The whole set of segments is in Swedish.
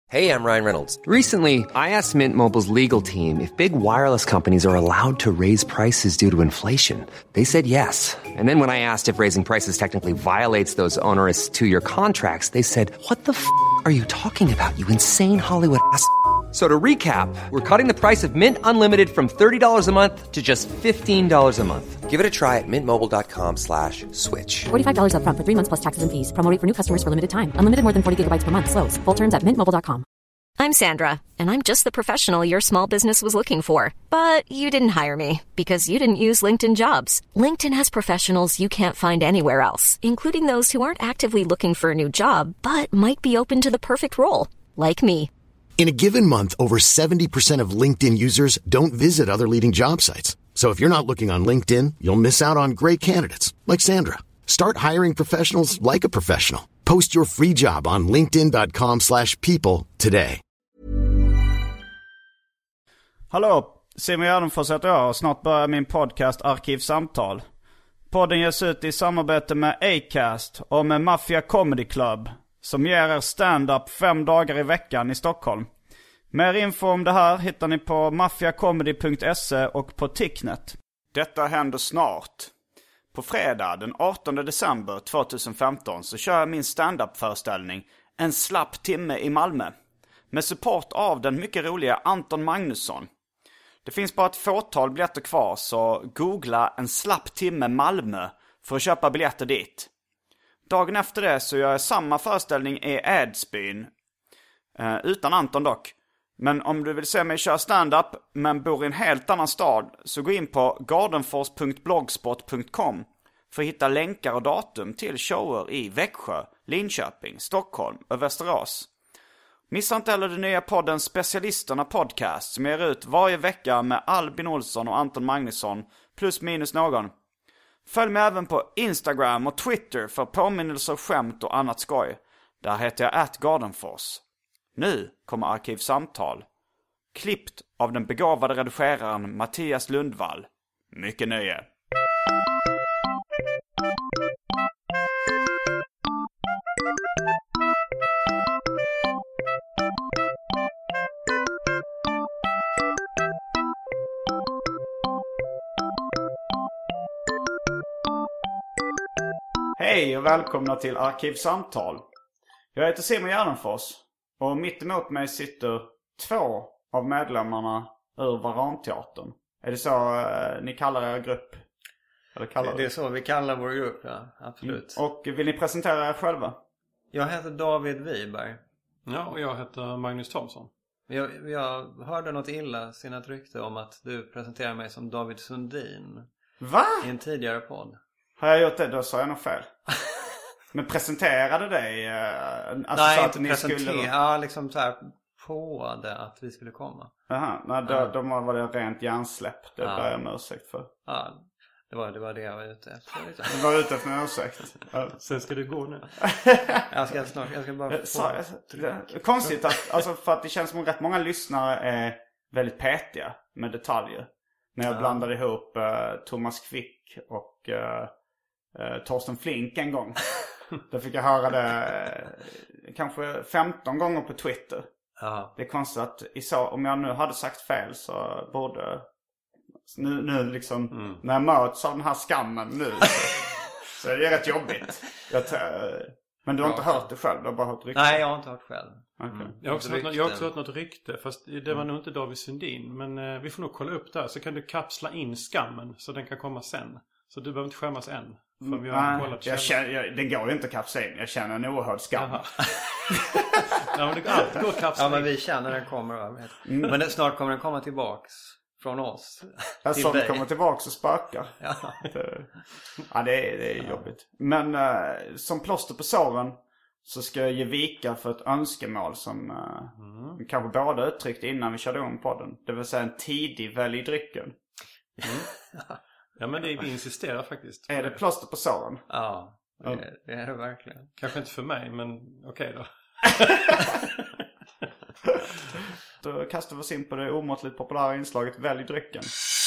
Hey, I'm Ryan Reynolds. Recently, I asked Mint Mobile's legal team if big wireless companies are allowed to raise prices due to inflation. They said yes. And then when I asked if raising prices technically violates those onerous two-year contracts, they said, "What the f*** are you talking about, you insane Hollywood ass?" So to recap, we're cutting the price of Mint Unlimited from $30 a month to just $15 a month. Give it a try at mintmobile.com/switch. $45 up front for 3 months plus taxes and fees. Promo rate for new customers for limited time. Unlimited more than 40 gigabytes per month slows. Full terms at mintmobile.com. I'm Sandra, and I'm just the professional your small business was looking for. But you didn't hire me because you didn't use LinkedIn Jobs. LinkedIn has professionals you can't find anywhere else, including those who aren't actively looking for a new job, but might be open to the perfect role, like me. In a given month, over 70% of LinkedIn users don't visit other leading job sites. So if you're not looking on LinkedIn, you'll miss out on great candidates like Sandra. Start hiring professionals like a professional. Post your free job on linkedin.com/people today. Hallå, Simon Gärdenfors heter jag och snart börjar min podcast Arkivsamtal. Podden ges ut i samarbete med Acast och med Mafia Comedy Club som ger er stand-up 5 dagar i veckan i Stockholm. Mer info om det här hittar ni på mafiacomedy.se och på Ticknet. Detta händer snart. På fredag den 18 december 2015 så kör jag min stand-up-föreställning En slapp timme i Malmö. Med support av den mycket roliga Anton Magnusson. Det finns bara ett fåtal biljetter kvar, så googla En slapp timme Malmö för att köpa biljetter dit. Dagen efter det så gör jag samma föreställning i Edsbyn. Utan Anton dock. Men om du vill se mig köra stand-up men bor i en helt annan stad, så gå in på gardenfors.blogspot.com för att hitta länkar och datum till shower i Växjö, Linköping, Stockholm och Västerås. Missa inte heller den nya podden Specialisterna Podcast som ger ut varje vecka med Albin Olsson och Anton Magnusson plus minus någon. Följ mig även på Instagram och Twitter för påminnelser, skämt och annat skoj. Där heter jag @gardenfors. Nu kommer Arkivsamtal. Klippt av den begåvade redigeraren Mattias Lundvall. Mycket nöje. Hej och välkomna till Arkivsamtal. Jag heter Simon Gärdenfors och mitt emot mig sitter 2 av medlemmarna ur Varanteatern. Är det så ni kallar er grupp? Eller kallar det är så vi kallar vår grupp, ja, absolut. Och vill ni presentera er själva? Jag heter David Wiberg. Ja, och jag heter Magnus Thomsson. Jag hörde något illasinnat rykte om att du presenterar mig som David Sundin. Va? I en tidigare podd. Har jag gjort det? Då sa jag nog fel. Men presenterade dig? Alltså nej, så att ni skulle... Ja, liksom så här på det att vi skulle komma. Jaha, nej, då var det rent hjärnsläpp. Det ber jag med ursäkt för. Ja, det var det jag var ute efter. Liksom. Du var ute efter en ursäkt. Sen ska du gå nu. jag ska bara konstigt att, alltså, för att det känns som att rätt många lyssnare är väldigt petiga med detaljer. När jag blandade ihop Thomas Quick och Torsten Flink en gång. Då fick jag höra det kanske 15 gånger på Twitter. Ja. Det är konstigt att om jag nu hade sagt fel så borde nu liksom när jag möts av den här skammen nu så är det rätt jobbigt. Men du har inte hört det själv, du har bara hört rykte. Nej, jag har inte hört själv. Okay. Jag har också hört något rykte, fast det var nog inte David Sundin. Men vi får nog kolla upp där, så kan du kapsla in skammen så den kan komma sen. Så du behöver inte skämmas än. För vi har kollat det går ju inte att kapsla in. Jag känner en oerhörd skam. Ja, men det går alltid gå att kapsla in. Ja, men vi känner den kommer. Men snart kommer den komma tillbaks från oss. Alltså den kommer tillbaks och spökar. Ja, det är jobbigt. Men som plåster på såren så ska jag ge vika för ett önskemål som vi kanske båda uttryckte innan vi körde om podden. Det vill säga en tidig välj drycken. Ja, men vi insisterar faktiskt. Är det plåster på såren? Ja, det är det verkligen. Kanske inte för mig, men okej då. Då kastar vi oss in på det omåttligt populära inslaget Välj drycken.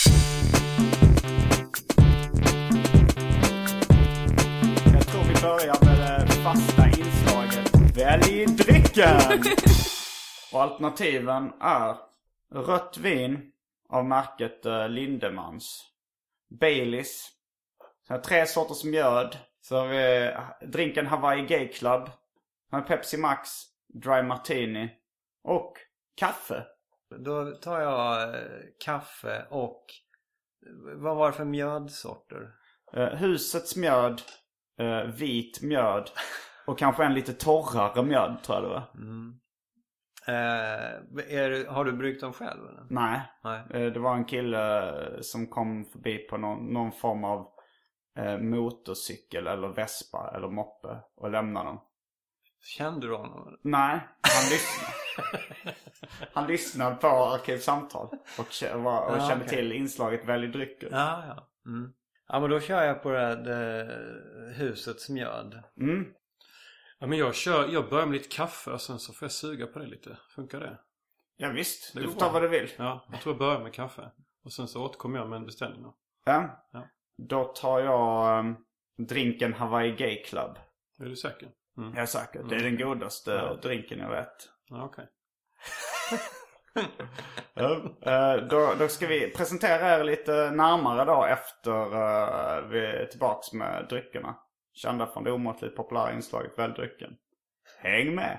Jag tror vi börjar med det fasta inslaget Välj drycken. Och alternativen är rött vin av märket Lindemans, Baileys, så 3 sorters mjöd, så drinken Hawaii Gay Club, Pepsi Max, Dry Martini och kaffe. Då tar jag kaffe och vad var det för mjödsorter? Husets mjöd, vit mjöd och kanske en lite torrare mjöd, tror jag det var. Har du bryggt dem själv eller? Nej. Det var en kille som kom förbi på någon form av motorcykel eller vespa eller moppe och lämnade dem. Kände du honom? Nej, han lyssnade. Han lyssnade på Arkivsamtal och kände till inslaget Välj drycker. Ja. Ja, men då kör jag på det husets mjöd. Ja, men jag börjar med lite kaffe och sen så får jag suga på det lite. Funkar det? Ja visst, du får ta vad du vill. Ja, jag tror jag börjar med kaffe. Och sen så återkommer jag med en beställning då. Ja. Då tar jag drinken Hawaii Gay Club. Är du säker? Jag är säker, det är den godaste drinken jag vet. Ja, okej. Då ska vi presentera er lite närmare då efter vi är tillbaks med dryckerna. Kända från det omåttligt populära inslaget Välj drycken. Häng med!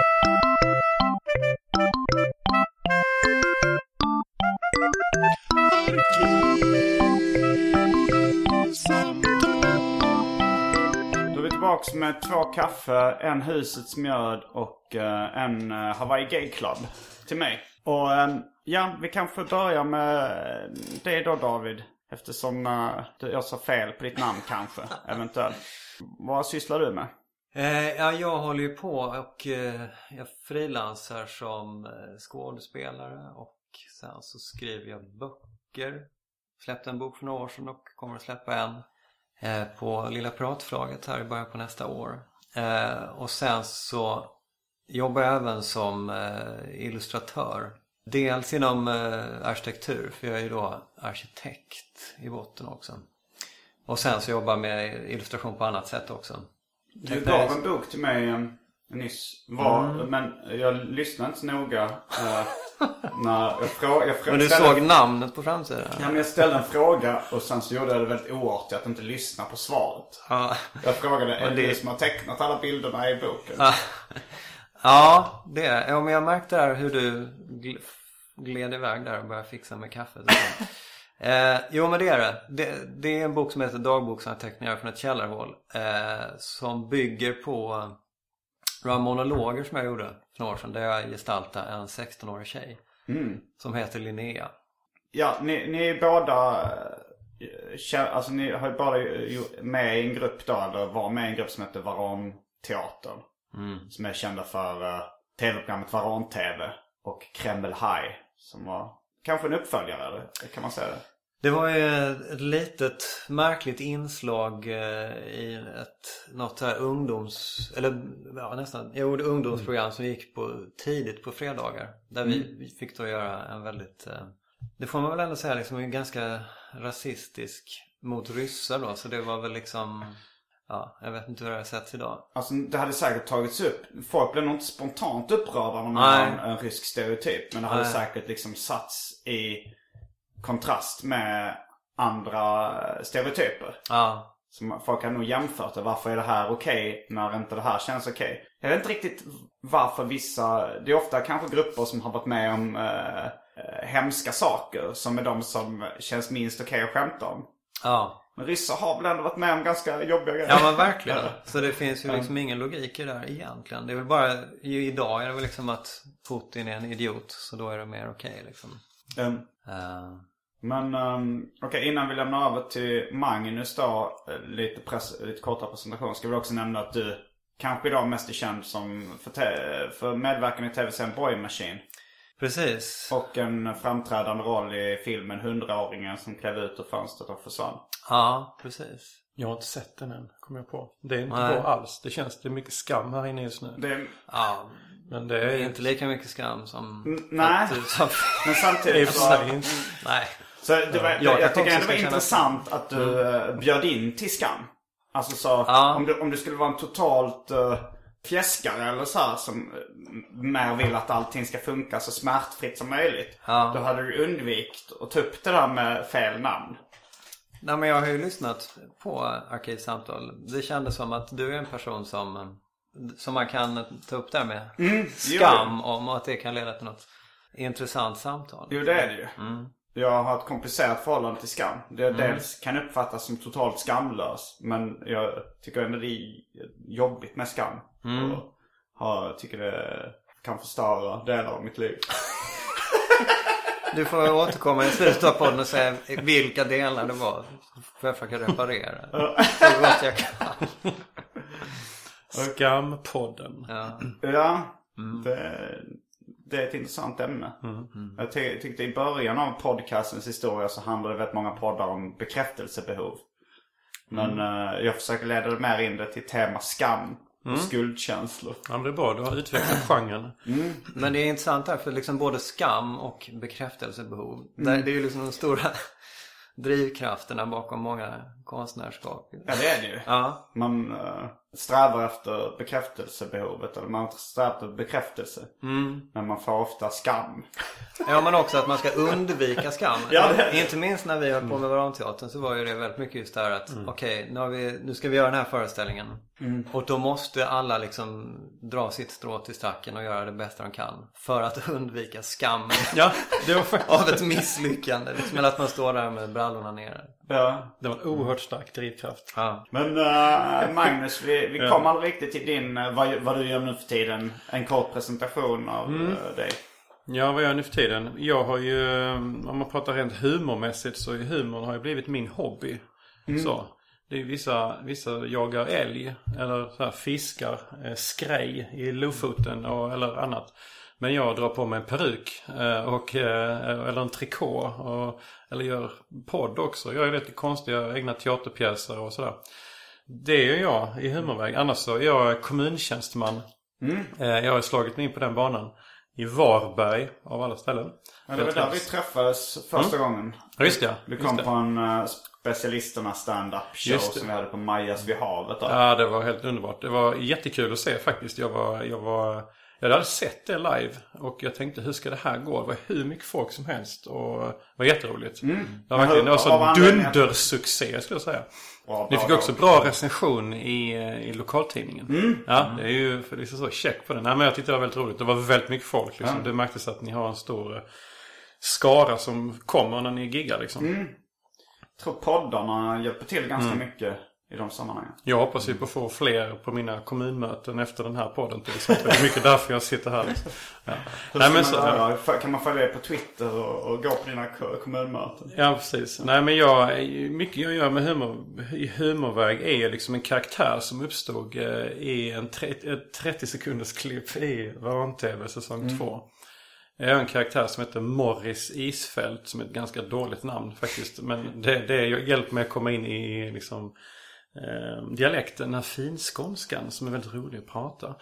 Då är vi tillbaks med 2 kaffe, en husets mjöd och en Hawaii Gay Club till mig. Och vi kanske börjar med dig då, David. Eftersom jag sa fel på ditt namn kanske, eventuellt. Vad sysslar du med? Jag håller ju på och jag frilansar som skådespelare och sen så skriver jag böcker. Släppte en bok för några år sedan och kommer att släppa en på Lilla Piratförlaget här i början på nästa år. Och sen så jobbar jag även som illustratör. Dels inom arkitektur, för jag är ju då arkitekt i botten också. Och sen så jobbar jag med illustration på annat sätt också. Du gav en bok till mig nyss. Men jag lyssnade inte så noga när jag frågade. Men du såg namnet på framsidan? Ja, men jag ställde en fråga och sen så gjorde jag det väldigt oartigt att inte lyssna på svaret. Jag frågade, är det som har tecknat alla bilderna i boken? Ja, det är. Ja, men jag märkte där hur du gled iväg där och började fixa med kaffet. Jo, men det är det. Det är en bok som heter Dagboksanteckningar från ett källarhål. Som bygger på några monologer som jag gjorde för några år sedan. Där jag gestaltade en 16-årig tjej. Som heter Linnea. Ja, ni är båda... Alltså ni har ju bara med i en grupp då. Eller var med i en grupp som heter Varanteatern. Som är kända för tv-programmet Varan-TV och Kreml High, som var kanske en uppföljare, eller kan man säga det? Det var ju ett litet märkligt inslag i något här ungdomsprogram som gick tidigt på fredagar. Där vi fick då göra en väldigt, det får man väl ändå säga, liksom ganska rasistisk mot ryssar då. Så det var väl liksom... Ja, jag vet inte hur det har sett idag. Alltså det hade säkert tagits upp. Folk blev nog inte spontant upprörda när man har en rysk stereotyp. Men det hade säkert liksom satts i kontrast med andra stereotyper. Ja. Så folk har nog jämfört det. Varför är det här okej när inte det här känns okej? Jag vet inte riktigt varför vissa... Det är ofta kanske grupper som har varit med om hemska saker. Som är de som känns minst okej att skämta om. Ja. Men ryssar har väl ändå varit med om ganska jobbiga grejer. Ja, men verkligen. Så det finns ju liksom ingen logik i det där egentligen. Det är väl bara, idag är det väl liksom att Putin är en idiot. Så då är det mer okej liksom. Men okej, innan vi lämnar över till Magnus då, lite kortare presentation. Ska vi också nämna att du kanske idag mest är känd som för medverkan i tv-serien Boy Machine. Precis. Och en framträdande roll i filmen 100-åringen som klev ut ur fönstret och försvann. Ja, precis. Jag har inte sett den än, kommer jag på. Det är inte bra alls. Det är mycket skam här inne just nu. Ja, men det är inte lika mycket skam som... Nej, men samtidigt så... Nej. Så jag tycker ändå det var intressant att du bjöd in till skam. Alltså så, om du skulle vara en totalt fjäskare eller så här, som mer vill att allting ska funka så smärtfritt som möjligt. Ja. Då hade du undvikit att ta upp det där med fel namn. Nej, men jag har ju lyssnat på Arkivsamtal. Det kändes som att du är en person som man kan ta upp där med skam om, och att det kan leda till något intressant samtal. Jo, det är det ju. Jag har ett komplicerat förhållande till skam. Det dels kan uppfattas som totalt skamlös, men jag tycker ändå det är jobbigt med skam. Och tycker det kan förstöra delar av mitt liv. Du får återkomma i slutet av podden och säga vilka delar det var. För jag försöker reparera. Så gott jag kan. Skampodden. Ja. Det är ett intressant ämne. Jag tyckte i början av podcastens historia så handlade det väldigt många poddar om bekräftelsebehov. Men jag försöker leda det mer in det till tema skam och skuldkänslor. Ja, men det är bra, du har utvecklat genren. Men det är intressant här, för liksom både skam och bekräftelsebehov. Det är ju liksom de stora drivkrafterna bakom många konstnärskap. Ja, det är det ju. Ja. Man strävar efter bekräftelsebehovet, eller man strävar efter bekräftelse. Men man får ofta skam. Ja, men också att man ska undvika skam. Ja, inte minst när vi höll på med Varanteatern så var ju det väldigt mycket just där att okej, nu ska vi göra den här föreställningen. Och då måste alla liksom dra sitt strå till stacken och göra det bästa de kan för att undvika skam. Ja, det var faktiskt av ett misslyckande. Liksom, eller att man står där med brallorna nere. Ja. Det var en oerhört stark drivkraft. Ja. Men Magnus, vi kom aldrig riktigt till din, vad du gör nu för tiden. En kort presentation av dig. Ja, vad gör jag nu för tiden? Jag har ju, om man pratar rent humormässigt, så humorn har ju blivit min hobby. Så. Det är vissa jagar älg eller så här fiskar, skrej i Lofoten eller annat. Men jag drar på mig en peruk eller en trikå eller gör podd också. Jag är lite konstiga egna teaterpjäser och sådär. Det är jag i humorväg. Annars så är jag kommuntjänsteman. Jag har slagit mig in på den banan i Varberg av alla ställen. Men det var där vi träffades första gången. Ja, just det. Vi kom på en specialisterna stand-up show som vi hade på Majas vid havet. Då. Ja, det var helt underbart. Det var jättekul att se faktiskt. Jag hade sett det live och jag tänkte, hur ska det här gå? Det var hur mycket folk som helst och det var jätteroligt. Det var så dundersuccé skulle jag säga. Ni fick också bra recension i lokaltidningen. Ja, det är ju för det är så check på den. Nej, men jag tyckte det var väldigt roligt. Det var väldigt mycket folk liksom. Det märktes att ni har en stor skara som kommer när ni giggar liksom. Jag tror poddarna hjälper till ganska mycket i de sammanhangen. Jag hoppas ju på att få fler på mina kommunmöten efter den här podden. Det är mycket därför jag sitter här. Liksom. Ja. Nej, men kan man följa dig på Twitter och gå på dina kommunmöten? Ja, precis. Nej, men mycket jag gör med humorväg är liksom en karaktär som uppstod i ett 30 sekunders klipp i Varan-TV säsong 2. Jag är en karaktär som heter Morris Isfält, som är ett ganska dåligt namn faktiskt. Men det hjälper mig att komma in i liksom dialekten, den här finskånskan som är väldigt rolig att prata.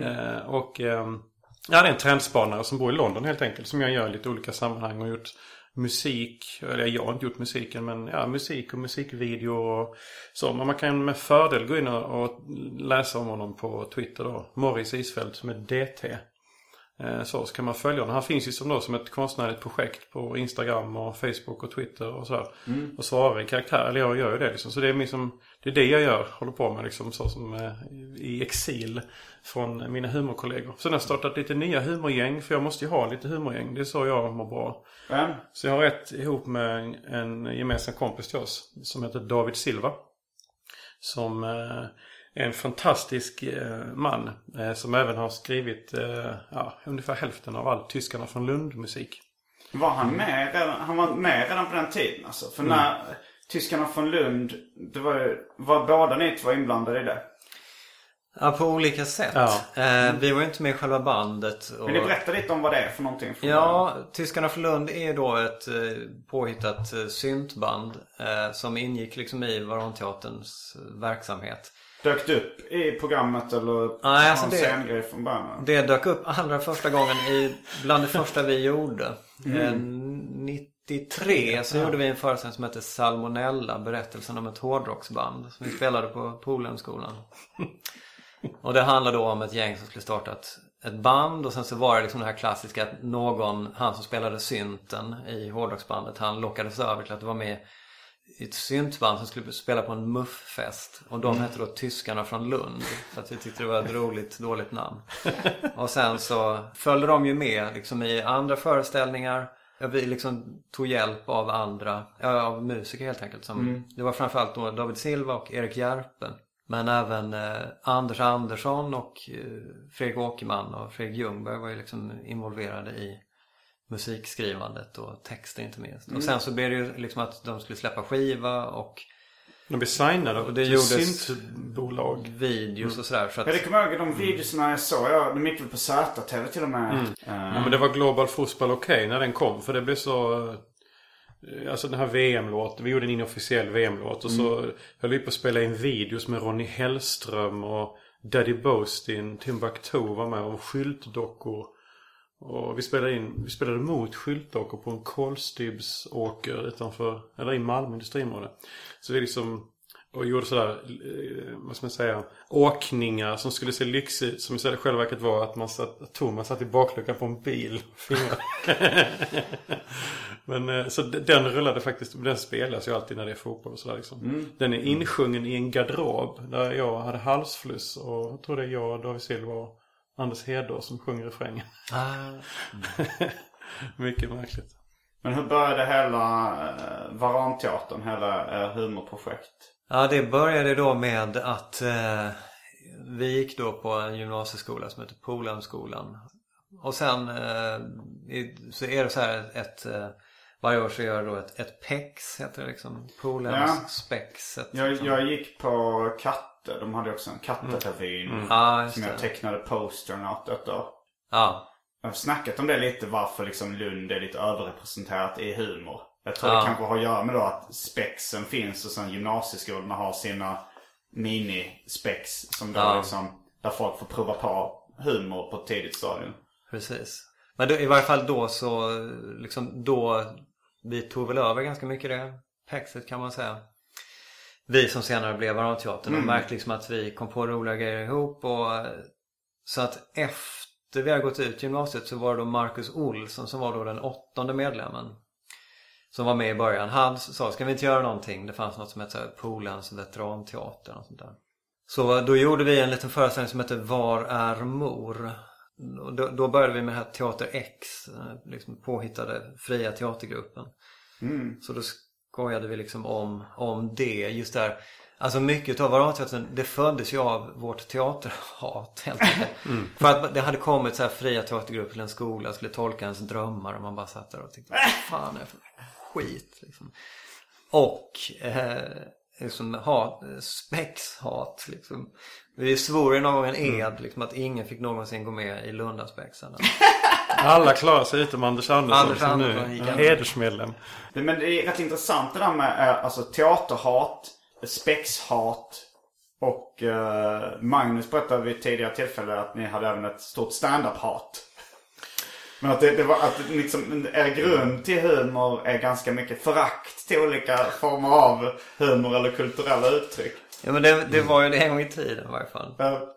Det är en trendspanare som bor i London helt enkelt, som jag gör i lite olika sammanhang och gjort musik, eller jag har inte gjort musiken, men musik och musikvideo och så. Men man kan med fördel gå in och läsa om honom på Twitter då. Morris Isfält som är DT. Så kan man följa honom. Han finns ju som ett konstnärligt projekt på Instagram och Facebook och Twitter och sådär. Och svarar i karaktär. Eller jag gör ju det liksom. Så det är det jag gör. Håller på med liksom, så som i exil från mina humorkollegor. Sen har jag startat lite nya humorgäng. För jag måste ju ha lite humorgäng. Det är så jag mår bra. Så jag har ett ihop med en gemensam kompis till oss som heter David Silva. Som en fantastisk man som även har skrivit ungefär hälften av all Tyskarna från Lund-musik. Var han med redan? Han var med redan på den tiden alltså. För när Tyskarna från Lund, det var båda ni två inblandade i det? Ja, på olika sätt. Vi var ju inte med i själva bandet. Vill ni berätta lite om vad det är för någonting? Tyskarna från Lund är ju då ett påhittat syntband som ingick liksom i Varanteaterns verksamhet. Dök det upp i programmet eller scengrej från början? Det dök upp allra första gången bland det första vi gjorde. 93 så gjorde vi en föreställning som hette Salmonella, berättelsen om ett hårdrocksband som vi spelade på Polhemskolan. Och det handlar då om ett gäng som skulle starta ett band. Och sen så var det liksom det här klassiska att han som spelade synten i hårdrocksbandet, han lockades över till att vara med i ett syntband som skulle spela på en mufffest. Och de hette då Tyskarna från Lund. För att vi tyckte det var ett roligt, dåligt namn. Och sen så följde de ju med liksom i andra föreställningar. Vi liksom tog hjälp av av musiker helt enkelt. Det var framförallt då David Silva och Erik Järpe. Men även Anders Andersson och Fredrik Åkerman och Fredrik Ljungberg var ju liksom involverade i musikskrivandet och texter inte minst. Och sen så blev det ju liksom att de skulle släppa skiva och de blev signade och det gjordes syntbolag, videos och sådär. Så att... Jag kommer ihåg de videorna jag såg. De gick väl på Z-TV till och med. Ja, men det var Global Fotboll Okej när den kom. För det blev så... Alltså den här VM-låten. Vi gjorde en inofficiell VM-låt. Och så höll vi på att spela in videos med Ronny Hellström och Daddy Boastin. Timbuktu var med och skyltdockor. Och vi spelade mot skyltdockor på en kolstybsåker i Malmö industriområde. Så vi liksom och gjorde sådär, vad ska man säga, åkningar som skulle se lyxigt, som istället själva verket var att Thomas satt i bakluckan på en bil. Men så den rullade faktiskt, den spelas ju alltid när det är fotboll och sådär liksom. Den är insjungen i en garderob där jag hade halsfluss och jag tror det är jag, David Silva och Anders Hedor som sjunger refrängen. Mycket märkligt. Men hur började hela Varanteatern, hela humorprojekt? Ja, det började då med att vi gick då på en gymnasieskola som heter Polhemskolan. Och sen så är det så här varje år så gör då ett PEX, heter det liksom. Polhems Spex. Jag gick på Katte, de hade också en Katterevyn som jag tecknade postern åt detta. Ja. Jag har snackat om det lite, varför liksom Lund är lite överrepresenterat i humor. Jag tror det kanske har att göra med då att spexen finns och sen gymnasieskolorna har sina mini-spex som då liksom, där folk får prova på humor på ett tidigt stadium. Precis. Men då, i varje fall då så liksom då vi tog väl över ganska mycket det pexet kan man säga. Vi som senare blev Varanteatern och märkte liksom att vi kom på roliga grejer ihop och så att efter vi hade gått ut gymnasiet så var det då Marcus Olsson som var då den 8:e medlemmen som var med i början. Han sa, ska vi inte göra någonting? Det fanns något som hette Polens veteranteater och sånt där. Så då gjorde vi en liten föreställning som hette Var är mor? Och då började vi med det här Teater X, liksom påhittade fria teatergruppen. Så då skojade vi liksom om det, just där. Alltså mycket av Varanteatern, det föddes ju av vårt teaterhat helt enkelt. För att det hade kommit så här fria teatergrupper till en skola, skulle tolka ens drömmar och man bara satt där och tänkte, vad fan är det för skit liksom. Och liksom spexhat liksom. Vi svor ju någon gång en ed liksom, att ingen fick någonsin gå med i Lundaspexarna. Alla klarar sig utom Anders Andersson som nu är hedersmedlem. Men det är rätt intressant det där med alltså teaterhat, spexhat och Magnus berättade vid tidigare tillfälle att ni hade även ett stort stand-up-hat. Men att det var att liksom, er grund till humor är ganska mycket förakt till olika former av humor eller kulturella uttryck. Ja, men det var ju det en gång i tiden i varje fall.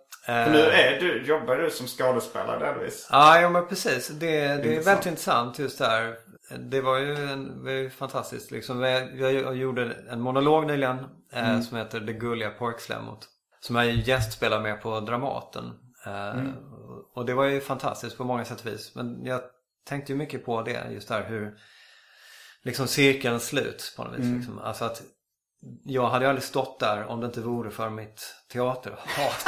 Nu jobbar du som skådespelare delvis. Ja, men precis. Det är väldigt intressant just där. Det var ju fantastiskt. Liksom, jag gjorde en monolog nyligen som heter Det gulliga pojkslämmot. Som jag gästspelar med på Dramaten. Och det var ju fantastiskt på många sätt och vis. Men jag tänkte ju mycket på det. Just där hur liksom cirkeln slut på något vis. Liksom. Alltså att jag hade ju aldrig stått där om det inte vore för mitt teaterhat.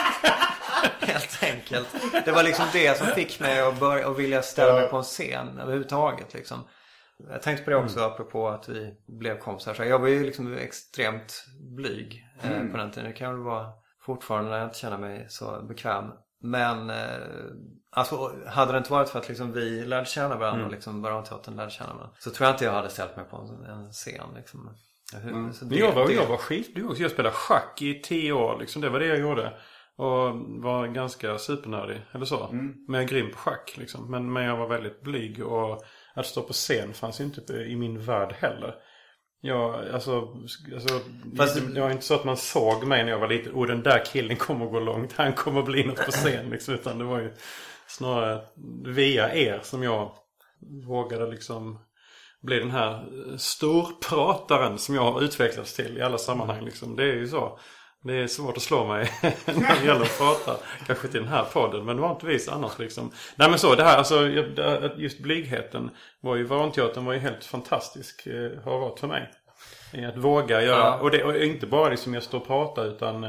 Helt enkelt. Det var liksom det som fick mig att börja och vilja ställa mig på en scen överhuvudtaget liksom. Jag tänkte på det också apropå att vi blev kompisar. Så jag var ju liksom extremt blyg på den tiden. Det kan väl vara fortfarande när jag inte känner mig så bekväm. Men alltså, hade det inte varit för att liksom vi lärde känna varandra och liksom Varanteatern lärde känna varandra, så tror jag inte jag hade ställt mig på en scen liksom. Jag var skitblyg också. Jag spelade schack i 10 år liksom. Det var det jag gjorde. Och var ganska supernördig eller så. Men jag är grym på schack liksom. Men jag var väldigt blyg. Och att stå på scen fanns ju inte i min värld heller. Ja, alltså det var inte så att man såg mig när jag var liten. Och den där killen kommer att gå långt. Han kommer att bli något på scen liksom. Utan det var ju snarare via er som jag vågade liksom bli den här storprataren som jag har utvecklats till i alla sammanhang liksom. Det är ju så. Det är svårt att slå mig när det gäller att prata. Kanske till den här podden, men det var inte vis annars liksom. Nej men så, det här, alltså just blygheten var ju, Varanteatern var ju helt fantastisk, har varit för mig. Att våga göra, och inte bara liksom jag står och pratar, utan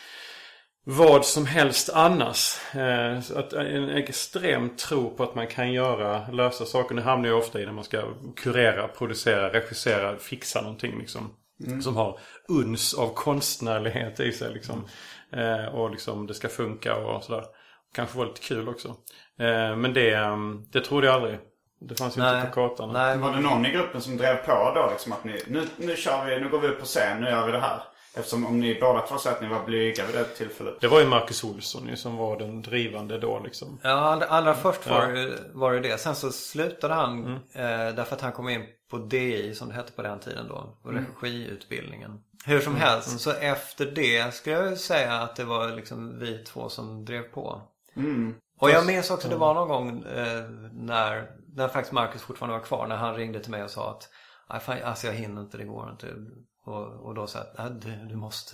vad som helst annars. Att en extrem tro på att man kan lösa saker. Det hamnar ju ofta i när man ska kurera, producera, regissera, fixa någonting liksom. Som har uns av konstnärlighet i sig liksom. Och liksom det ska funka och sådär. Kanske var lite kul också. Men det trodde jag aldrig. Det fanns ju inte på kartan. Nej, var det någon i gruppen som drev på då liksom att nu kör vi, nu går vi upp på scen, nu gör vi det här? Eftersom om ni båda två sätt att ni var blyga vid det tillfället. Det var ju Marcus Olsson som var den drivande då liksom. Ja, allra först var det. Sen så slutade han därför att han kom in på DI som det hette på den tiden då. Regiutbildningen. Hur som helst, så efter det skulle jag säga att det var liksom vi två som drev på. Och jag minns också att det var någon gång när faktiskt Marcus fortfarande var kvar. När han ringde till mig och sa att alltså jag hinner inte, det går inte. Och då sa att du måste.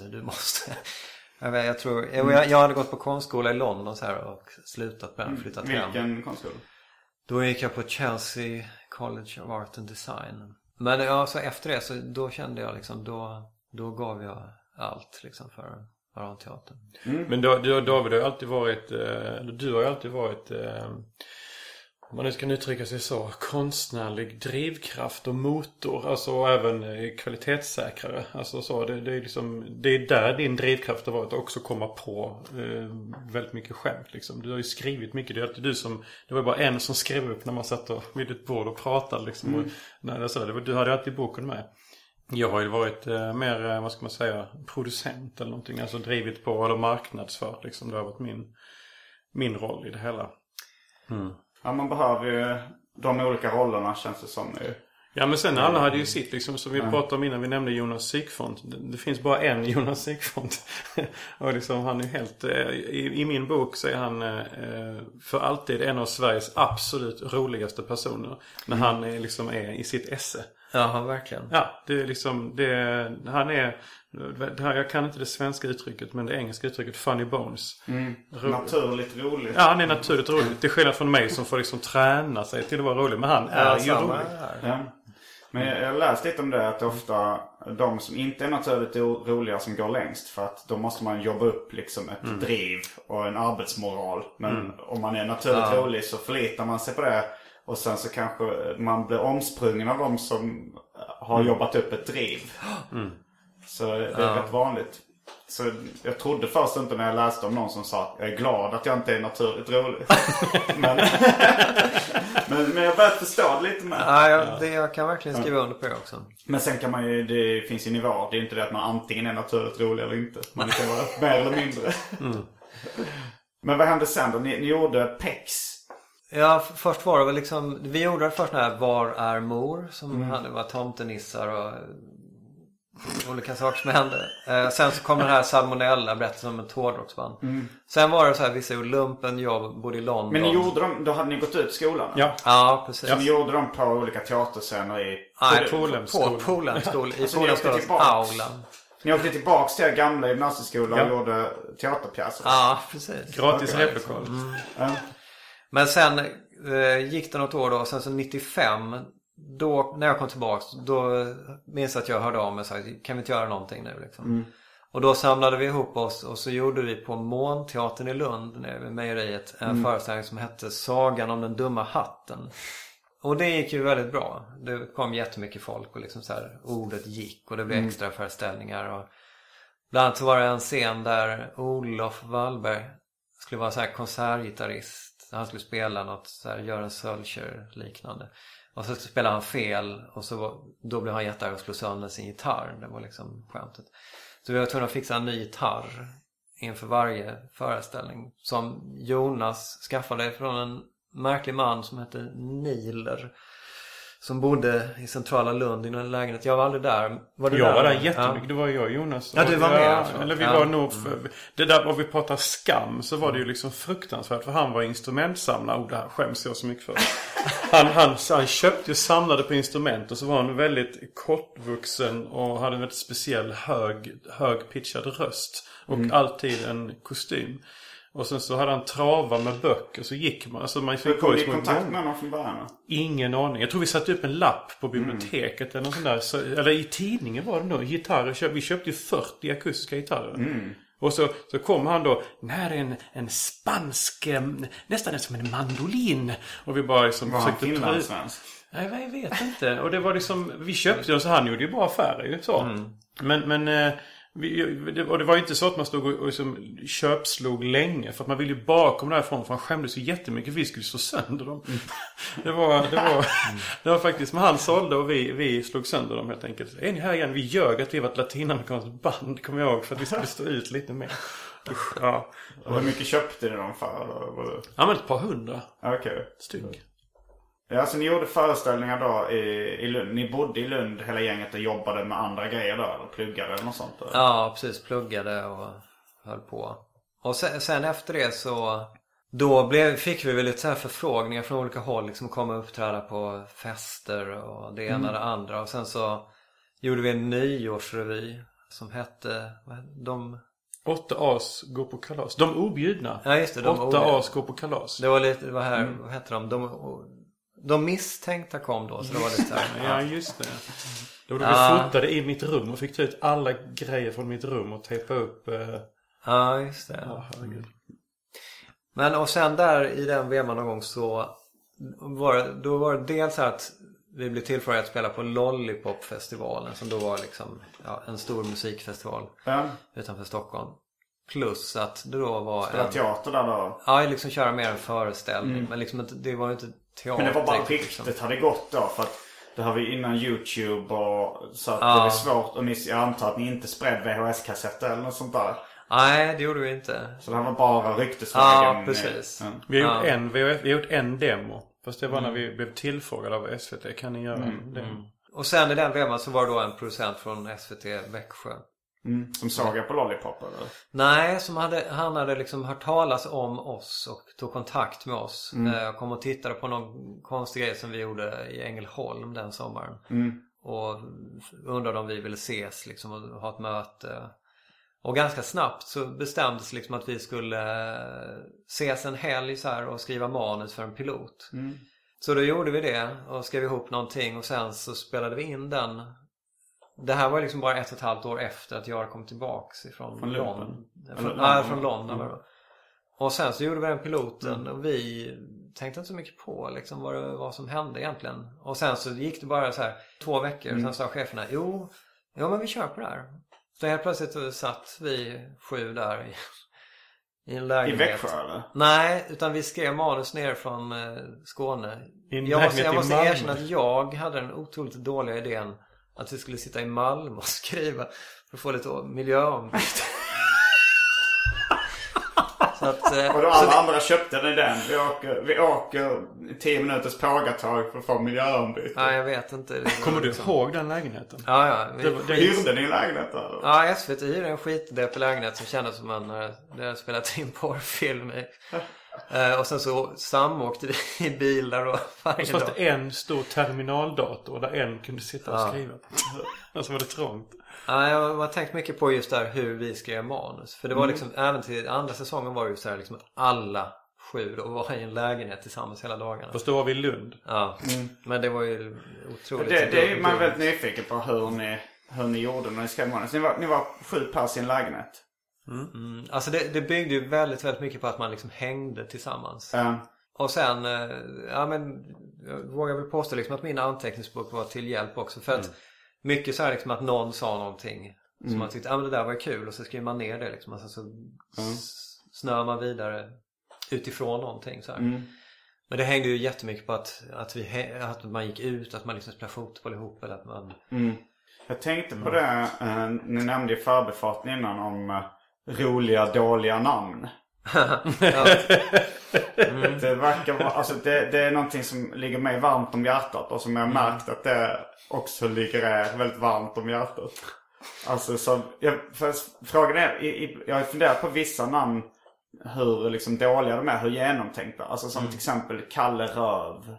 Jag tror jag hade gått på konstskola i London så här och slutat med att flytta hem. Vilken konstskola? Då gick jag på Chelsea College of Art and Design. Men ja, så efter det så då kände jag liksom då gav jag allt liksom för Varanteatern. Men David har ju alltid varit du har ju alltid varit om man nu ska uttrycka sig så, konstnärlig drivkraft och motor, alltså även kvalitetssäkrare, alltså så, det är liksom, det är där din drivkraft har varit att också komma på väldigt mycket skämt liksom. Du har ju skrivit mycket, det är alltid det var bara en som skrev upp när man satt vid ett bord och pratade liksom, och du hade alltid boken med. Jag har ju varit mer, vad ska man säga, producent eller någonting, alltså drivit på eller marknadsfört liksom, det har varit min roll i det hela. Ja, man behöver ju de olika rollerna, känns det som nu. Ja, men sen alla hade ju sitt liksom, som vi pratade om innan vi nämnde Jonas Sykfont. Det finns bara en Jonas Sykfont. Och liksom han är helt, i min bok så är han för alltid en av Sveriges absolut roligaste personer. När han är i sitt esse. Ja, verkligen. Ja, det är liksom, han är, jag kan inte det svenska uttrycket, men det engelska uttrycket funny bones. Naturligt roligt. Ja, han är naturligt roligt. Det är skillnad från mig som får liksom träna sig till att vara rolig. Men han är ju rolig. Ja. Men jag läste lite om det, att ofta de som inte är naturligt roliga som går längst. För att då måste man jobba upp liksom ett driv och en arbetsmoral. Men om man är naturligt rolig så förlitar man sig på det. Och sen så kanske man blir omsprungen av de som har jobbat upp ett driv. Så det är rätt vanligt. Så jag trodde först inte när jag läste om någon som sa att jag är glad att jag inte är naturligt rolig. men jag börjat förstå det lite mer. Ja, jag kan verkligen skriva under på det också. Men sen kan man ju, det finns ju nivåer. Det är inte det att man antingen är naturligt rolig eller inte. Man kan vara mer eller mindre. Men vad hände sen då? Ni gjorde Pex. Ja, först var det väl liksom, vi gjorde det först när Var är mor? Som var tomtenissar och olika saker som hände. Sen så kom den här Salmonella, berättelsen om ett hårdrocksband. Sen var det så här, vissa gjorde lumpenjobb, bodde i London. Men ni gjorde dem, då hade ni gått ut skolan? Ja, precis. Så ni gjorde dem på olika teaterscener i Polhemsskolan. I Polhemsskolans aula. Ni åkte tillbaka till er gamla gymnasieskola och gjorde teaterpjäser? Ja, precis. Gratis replokal. Men sen gick det något år då, och sen så 95, då när jag kom tillbaka, då minns jag att jag hörde av mig och sa, kan vi inte göra någonting nu liksom. Och då samlade vi ihop oss och så gjorde vi på Månteatern i Lund, nere vid mejeriet, en föreställning som hette Sagan om den dumma hatten. Och det gick ju väldigt bra. Det kom jättemycket folk och liksom så här, ordet gick och det blev extra föreställningar. Och bland annat så var det en scen där Olof Wallberg skulle vara så här konsertgitarrist. Han skulle spela något så här, Göran Sölcher liknande. Och så spelade han fel och då blev han jättearg och slog sönder sin gitarr. Det var liksom skämtet. Så vi var tvungna att fixa en ny gitarr inför varje föreställning. Som Jonas skaffade från en märklig man som hette Niler. som bodde i centrala Lund i någon lägenhet. Jag var aldrig där. Var du jag där? var där jättemycket. Ja. Det var jag och Jonas. Ja, du var med alltså. Eller vi var nog... Det där, om vi pratar skam, så var det ju liksom fruktansvärt. För han var instrumentsamlare. Det här skäms jag så mycket för. Han köpte och samlade på instrument. Och så var han väldigt kortvuxen och hade en väldigt speciell högpitchad röst. Och alltid en kostym. Och sen så hade han trava med böcker. Så gick man. Alltså man fick kom i kontakt med honom från början? Ingen aning. Jag tror vi satte upp en lapp på biblioteket. Eller något sånt där. Så, eller i tidningen var det nog. Gitarrer. Vi köpte ju 40 akustiska gitarrer. Och så kom han då. När en spansk. Nästan som en mandolin. Och vi bara liksom... Var han finlandssvensk? Nej, jag vet inte. Och det var liksom... Vi köpte den så han gjorde ju bara affärer ju så. Men och det var ju inte så att man stod och liksom köpslog länge. För att man ville ju bara komma därifrån. För han skämdes ju jättemycket. Vi skulle slå sönder dem. Det var faktiskt... Men han sålde och vi slog sönder dem helt enkelt. Är ni här igen? Vi ljög att vi var ett latinamerikanskt band. Kommer jag ihåg. För att vi skulle stå ut lite mer. Ja. Och hur mycket köpte ni dem för? Ja, men ett par hundra. Okej. Styck. Ja, så ni gjorde föreställningar då i Lund. Ni bodde i Lund hela gänget och jobbade med andra grejer då? Eller pluggade eller något sånt? Då? Ja, precis. Pluggade och höll på. Och sen efter det så... Då fick vi väl lite så här förfrågningar från olika håll. Liksom komma och uppträda på fester och det ena och det andra. Och sen så gjorde vi en nyårsrevy som hette... 8 as går på kalas. De objudna. Ja, just det. 8 as går på kalas. Det var lite... Vad hette de? De misstänkta kom då, så det var lite så här. Ja, just det. Då vi fotade i mitt rum och fick ta ut alla grejer från mitt rum och tejpa upp. Ja, just det. Men och sen där i den vevan någon gång så var det dels så att vi blev tillfrågade att spela på Lollipop-festivalen som då var liksom en stor musikfestival utanför Stockholm. Plus att det då var spela teater där då? Ja, liksom köra mer en föreställning. Men liksom det var ju inte teater. Men det var bara riktigt liksom. Hade gått då för att det har vi innan YouTube och så att det är svårt. Och jag antar att ni inte spred VHS-kassetter eller något sånt där. Nej, det gjorde vi inte. Så det här var bara ryktesvägen. Ja, precis. Vi har gjort en demo. Fast det var när vi blev tillfrågade av SVT. Kan ni göra det? Och sen i den vevan så var det då en producent från SVT Växjö. Som såg jag på Lollipop eller? Nej, han hade liksom hört talas om oss och tog kontakt med oss. Kom och tittade på någon konstig grej som vi gjorde i Ängelholm den sommaren. Och undrade om vi ville ses liksom, och ha ett möte. Och ganska snabbt så bestämdes liksom att vi skulle ses en helg så här och skriva manus för en pilot. Så då gjorde vi det och skrev ihop någonting och sen så spelade vi in den. Det här var liksom bara 1,5 år efter att jag kom tillbaks från London. Från London. Och sen så gjorde vi den piloten och vi tänkte inte så mycket på liksom vad som hände egentligen. Och sen så gick det bara så här 2 veckor och sen sa cheferna, jo men vi kör på det här. Så helt plötsligt satt vi 7 där i en lägenhet. I Växjö eller? Nej, utan vi skrev manus ner från Skåne. Jag måste erkänna att jag hade den otroligt dåliga idén att vi skulle sitta i Malmö och skriva för att få lite miljöombyte. Så att, och då alla andra köpte den. Vi åker 10 minuters pågatag för att få miljöombyte. Ja, jag vet inte. Kommer du ihåg den lägenheten? Ja. Hyrde ni en lägenhet där? Ja, SVT hyrde en skitdeppig lägenhet som kändes som man hade spelat in porrfilm i. Och sen så samåkte vi i bilar och varje dag. Och så fanns det en stor terminaldator där en kunde sitta och skriva. Alltså var det trångt. Ja, jag har tänkt mycket på just där hur vi skrev manus. För det var liksom, även till andra säsongen var det ju så här liksom att alla 7 och var i en lägenhet tillsammans hela dagarna. Fast då var vi i Lund. Ja, men det var ju otroligt. Det är man väldigt nyfiken på hur ni gjorde när ni skrev manus. Ni var 7 pers i en lägenhet. Alltså det byggde ju väldigt, väldigt mycket på att man liksom hängde tillsammans. Och sen, jag vågar väl påstå liksom att min anteckningsbok var till hjälp också. För att mycket så här liksom att någon sa någonting som man tyckte, det där var kul. Och så skriver man ner det liksom. Och sen så snör man vidare utifrån någonting så här. Men det hängde ju jättemycket på att man gick ut, att man liksom spelade fotboll ihop. Eller att man... Jag tänkte på det, ni nämnde i förbifarten innan om roliga, dåliga namn. Det verkar vara, alltså det är någonting som ligger mig varmt om hjärtat. Och som jag har märkt att det också ligger er väldigt varmt om hjärtat. Alltså så, frågan är, jag har funderat på vissa namn. Hur liksom dåliga de är, hur genomtänkta. Alltså som till exempel Kalle Röv.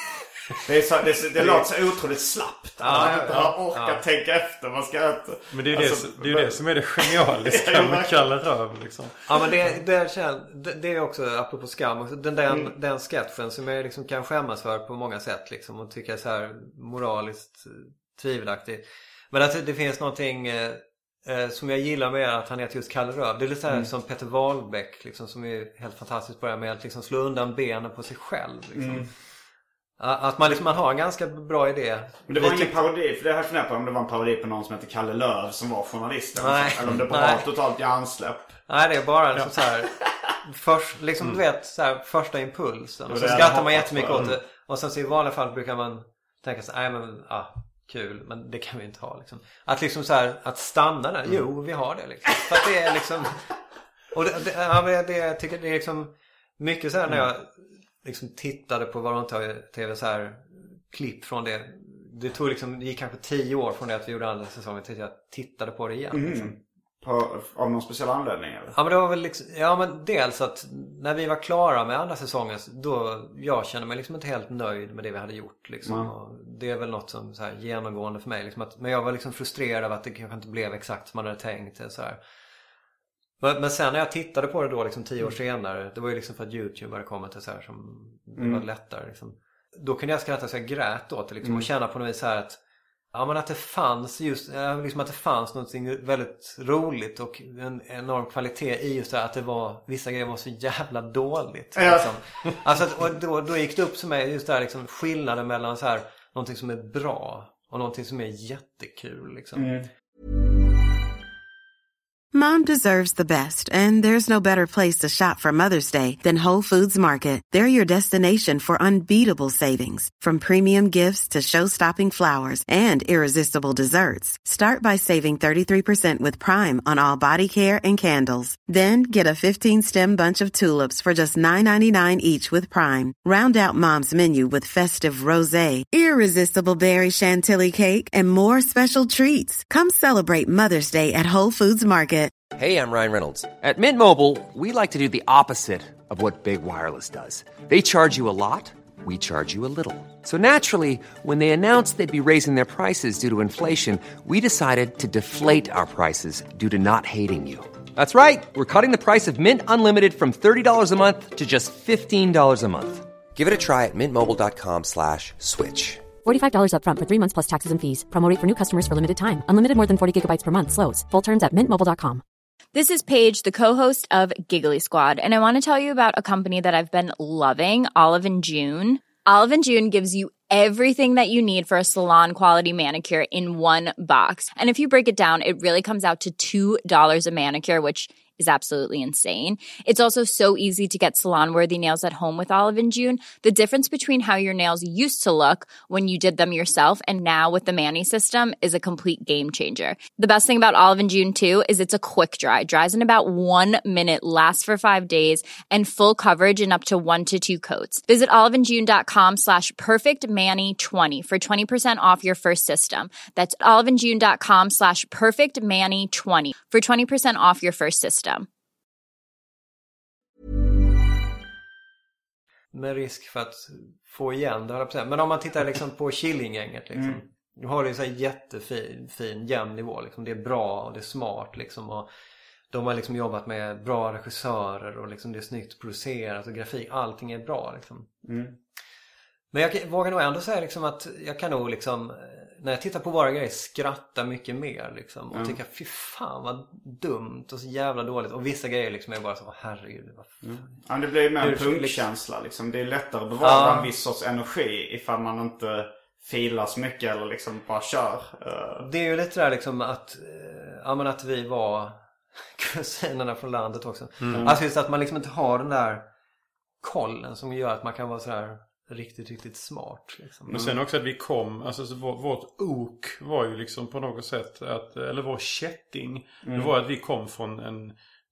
Det låter så otroligt slappt. Man orkar tänka efter vad ska äta. Men det är ju det som är det genialiska med Kalle Röv liksom. Ja, men det är också, apropå skam, den sketchen som jag liksom kan skämmas för på många sätt liksom, och tycka är så här moraliskt tvivelaktig. Men att det finns någonting som jag gillar med att han heter just Kalle Röv. Det är lite så här som Peter Wahlbeck liksom, som är helt fantastiskt börjar med att liksom slå undan benen på sig själv liksom. Att man har en ganska bra idé. Men det var ingen parodi, för det här funderar på om det var en parodi på någon som heter Kalle Löv som var journalist. Eller om det bara var totalt hjärnsläpp. Nej, det är bara liksom så här först, liksom du vet så här, första impulsen. Och så skrattar man jättemycket åt det. Och sen så i vanliga fall brukar man tänka så nej men kul, men det kan vi inte ha liksom. Att liksom så här, att stanna där. Jo, vi har det liksom. För att det är liksom. Och jag tycker det är liksom mycket så här när jag liksom tittade på TV så här klipp från det. Det tog liksom, det gick kanske 10 år från det att vi gjorde andra säsongen till jag tittade på det igen liksom. Av någon speciell anledning eller? Ja, men det var väl liksom, men dels att när vi var klara med andra säsongen då jag kände mig liksom inte helt nöjd med det vi hade gjort liksom. Och det är väl något som så här genomgående för mig liksom, men jag var liksom frustrerad av att det kanske inte blev exakt som man hade tänkt så här. Men sen när jag tittade på det då liksom 10 år senare, det var ju liksom för att YouTube hade kommit till så här som det var lättare liksom. Då kunde jag skratta så jag grät åt det liksom, och känna på något vis så här att men att det fanns just liksom att det fanns någonting väldigt roligt och en enorm kvalitet i just det att det var vissa grejer var så jävla dåligt liksom. Alltså och då gick det upp som är just där liksom skillnaden mellan så här någonting som är bra och någonting som är jättekul liksom. Mom deserves the best, and there's no better place to shop for Mother's Day than Whole Foods Market. They're your destination for unbeatable savings, from premium gifts to show-stopping flowers and irresistible desserts. Start by saving 33% with Prime on all body care and candles. Then get a 15-stem bunch of tulips for just $9.99 each with Prime. Round out Mom's menu with festive rosé, irresistible berry chantilly cake, and more special treats. Come celebrate Mother's Day at Whole Foods Market. Hey, I'm Ryan Reynolds. At Mint Mobile, we like to do the opposite of what Big Wireless does. They charge you a lot, we charge you a little. So naturally, when they announced they'd be raising their prices due to inflation, we decided to deflate our prices due to not hating you. That's right. We're cutting the price of Mint Unlimited from $30 a month to just $15 a month. Give it a try at mintmobile.com/switch. $45 up front for 3 months plus taxes and fees. Promo rate for new customers for limited time. Unlimited more than 40 gigabytes per month slows. Full terms at mintmobile.com. This is Paige, the co-host of Giggly Squad, and I want to tell you about a company that I've been loving, Olive & June. Olive & June gives you everything that you need for a salon-quality manicure in one box. And if you break it down, it really comes out to $2 a manicure, which is absolutely insane. It's also so easy to get salon-worthy nails at home with Olive & June. The difference between how your nails used to look when you did them yourself and now with the Mani system is a complete game changer. The best thing about Olive & June, too, is it's a quick dry. Dries in about 1 minute, lasts for 5 days, and full coverage in up to 1 to 2 coats. Visit oliveandjune.com/perfectmani20 for 20% off your first system. That's oliveandjune.com/perfectmani20 for 20% off your first system. Med risk för att få igen det. Men om man tittar liksom på Killinggänget liksom, du har det så här jättefin jämn nivå liksom. Det är bra och det är smart liksom, och de har liksom jobbat med bra regissörer och liksom det är snyggt producerat och grafik, allting är bra liksom. Men jag vågar nog ändå säga liksom att jag kan nog liksom, när jag tittar på våra grejer, skratta mycket mer liksom, och tycka fy fan vad dumt och så jävla dåligt, och vissa grejer liksom är bara så herregud Ja, det blir mer en punkkänsla liksom. Det är lättare att bevara en viss sorts energi ifall man inte filar så mycket eller liksom bara kör. Det är ju lite där liksom att men att vi var kusinerna från landet också. Alltså just att man liksom inte har den där kollen som gör att man kan vara så här riktigt smart liksom. Men sen också att vi kom, alltså så vårt ok var ju liksom på något sätt att, eller vår kätting, det var att vi kom från en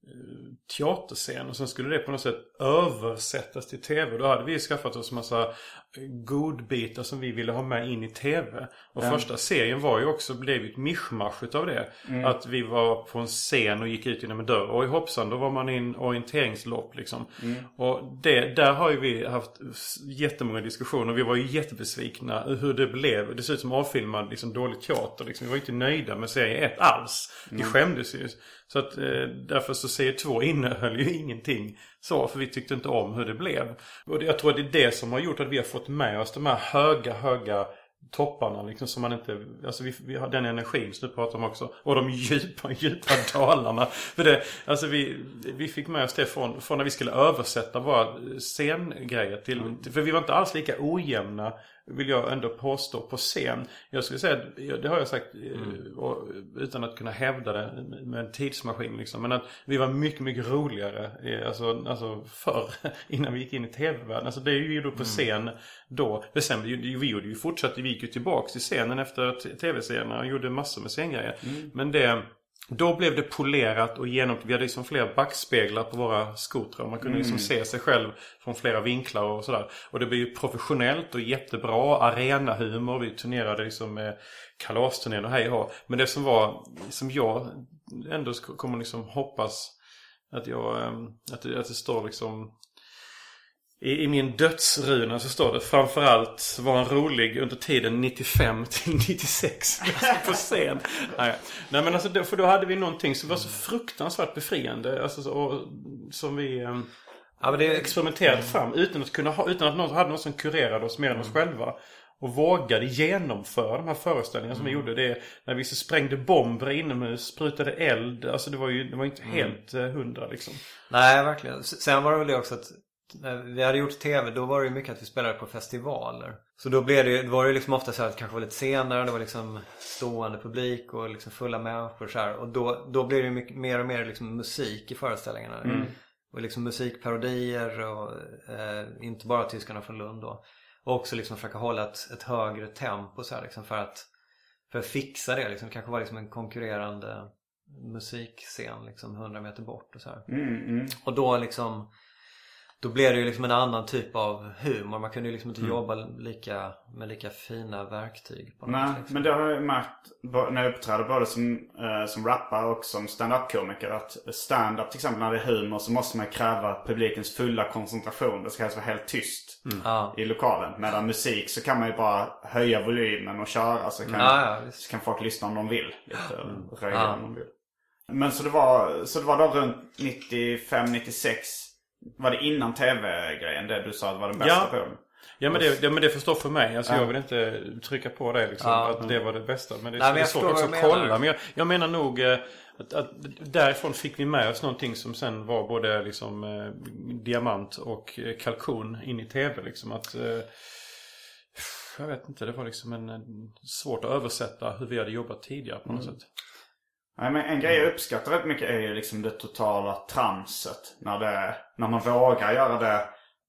teaterscen och sen skulle det på något sätt översättas till tv. Då hade vi skaffat oss massa godbitar som vi ville ha med in i tv. Och första serien var ju också, blev ett mischmasch utav det. Att vi var på en scen och gick ut genom en dörr. Och i hoppsan, då var man i en orienteringslopp liksom. Och där har ju vi haft jättemånga diskussioner. Vi var ju jättebesvikna hur det blev. Det ser ut som avfilmad liksom, dålig teater liksom. Vi var inte nöjda med serie 1 alls. Vi skämdes ju. Så att därför så serie 2 innehöll ju ingenting så, för vi tyckte inte om hur det blev. Och jag tror att det är det som har gjort att vi har fått med oss de här höga topparna liksom, som man inte, alltså vi har den energin som du pratar om också, och de djupa dalarna. För det, alltså vi fick med oss det från när vi skulle översätta våra scengrejer till för vi var inte alls lika ojämna, vill jag ändå påstå, på scen. Jag skulle säga, det har jag sagt utan att kunna hävda det med en tidsmaskin liksom, men att vi var mycket, mycket roligare alltså förr, innan vi gick in i tv-världen. Alltså det är ju då på scen då. Men sen vi gjorde ju fortsatt, vi gick ju tillbaka till scenen efter tv-serierna och gjorde massor med scengrejer. Men då blev det polerat och vi hade liksom flera backspeglar på våra skotrar. Man kunde liksom se sig själv från flera vinklar och sådär. Och det blev ju professionellt och jättebra arenahumor. Vi turnerade liksom med kalasturnén och hej och hå. Men det som jag ändå kommer liksom hoppas att det står liksom i min dödsruna så står det framförallt var en rolig under tiden 95 till 96 på scen. Nej men alltså för då hade vi någonting som var så fruktansvärt befriande, alltså som vi experimenterade fram utan att någon hade någon som kurerade oss mer än oss själva. Och vågade genomföra de här föreställningarna som vi gjorde. Det när vi så sprängde bomber inomhus, sprutade eld. Alltså det var inte helt 100 liksom. Nej, verkligen. Sen var det väl det också att när vi hade gjort tv, då var det ju mycket att vi spelade på festivaler. Så då var det liksom ofta så att det kanske var lite senare, det var liksom stående publik och liksom fulla människor så här. Och då blev det ju mer och mer liksom musik i föreställningarna. Och liksom musikparodier och inte bara tyskarna från Lund då. Och också liksom försöka hålla ett högre tempo så här, liksom för att fixa det liksom. Det kanske var liksom en konkurrerande musikscen liksom 100 meter bort och så här. Och då liksom då blev det ju liksom en annan typ av humor. Man kunde ju liksom inte jobba med lika fina verktyg på något. Nej, liksom. men det har jag märkt när jag uppträder både som rappare och som stand-up-komiker, att stand-up till exempel när det är humor så måste man kräva publikens fulla koncentration. Det ska helst vara helt tyst i lokalen. Medan musik så kan man ju bara höja volymen och köra, så kan folk lyssna om de vill. Röja om de vill. Men så det var då runt 95-96. Var det innan tv-grejen det du sa att var den bästa på den? Ja, men det förstår för mig. Alltså jag vill inte trycka på det liksom, att det var det bästa. Men det är svårt också att kolla. Men jag menar nog att därifrån fick vi med oss någonting som sen var både liksom diamant och kalkon in i tv liksom. Att jag vet inte, det var liksom svårt att översätta hur vi hade jobbat tidigare på något sätt. Nej, men en grej jag uppskattar rätt mycket är ju liksom det totala tramset. När man vågar göra det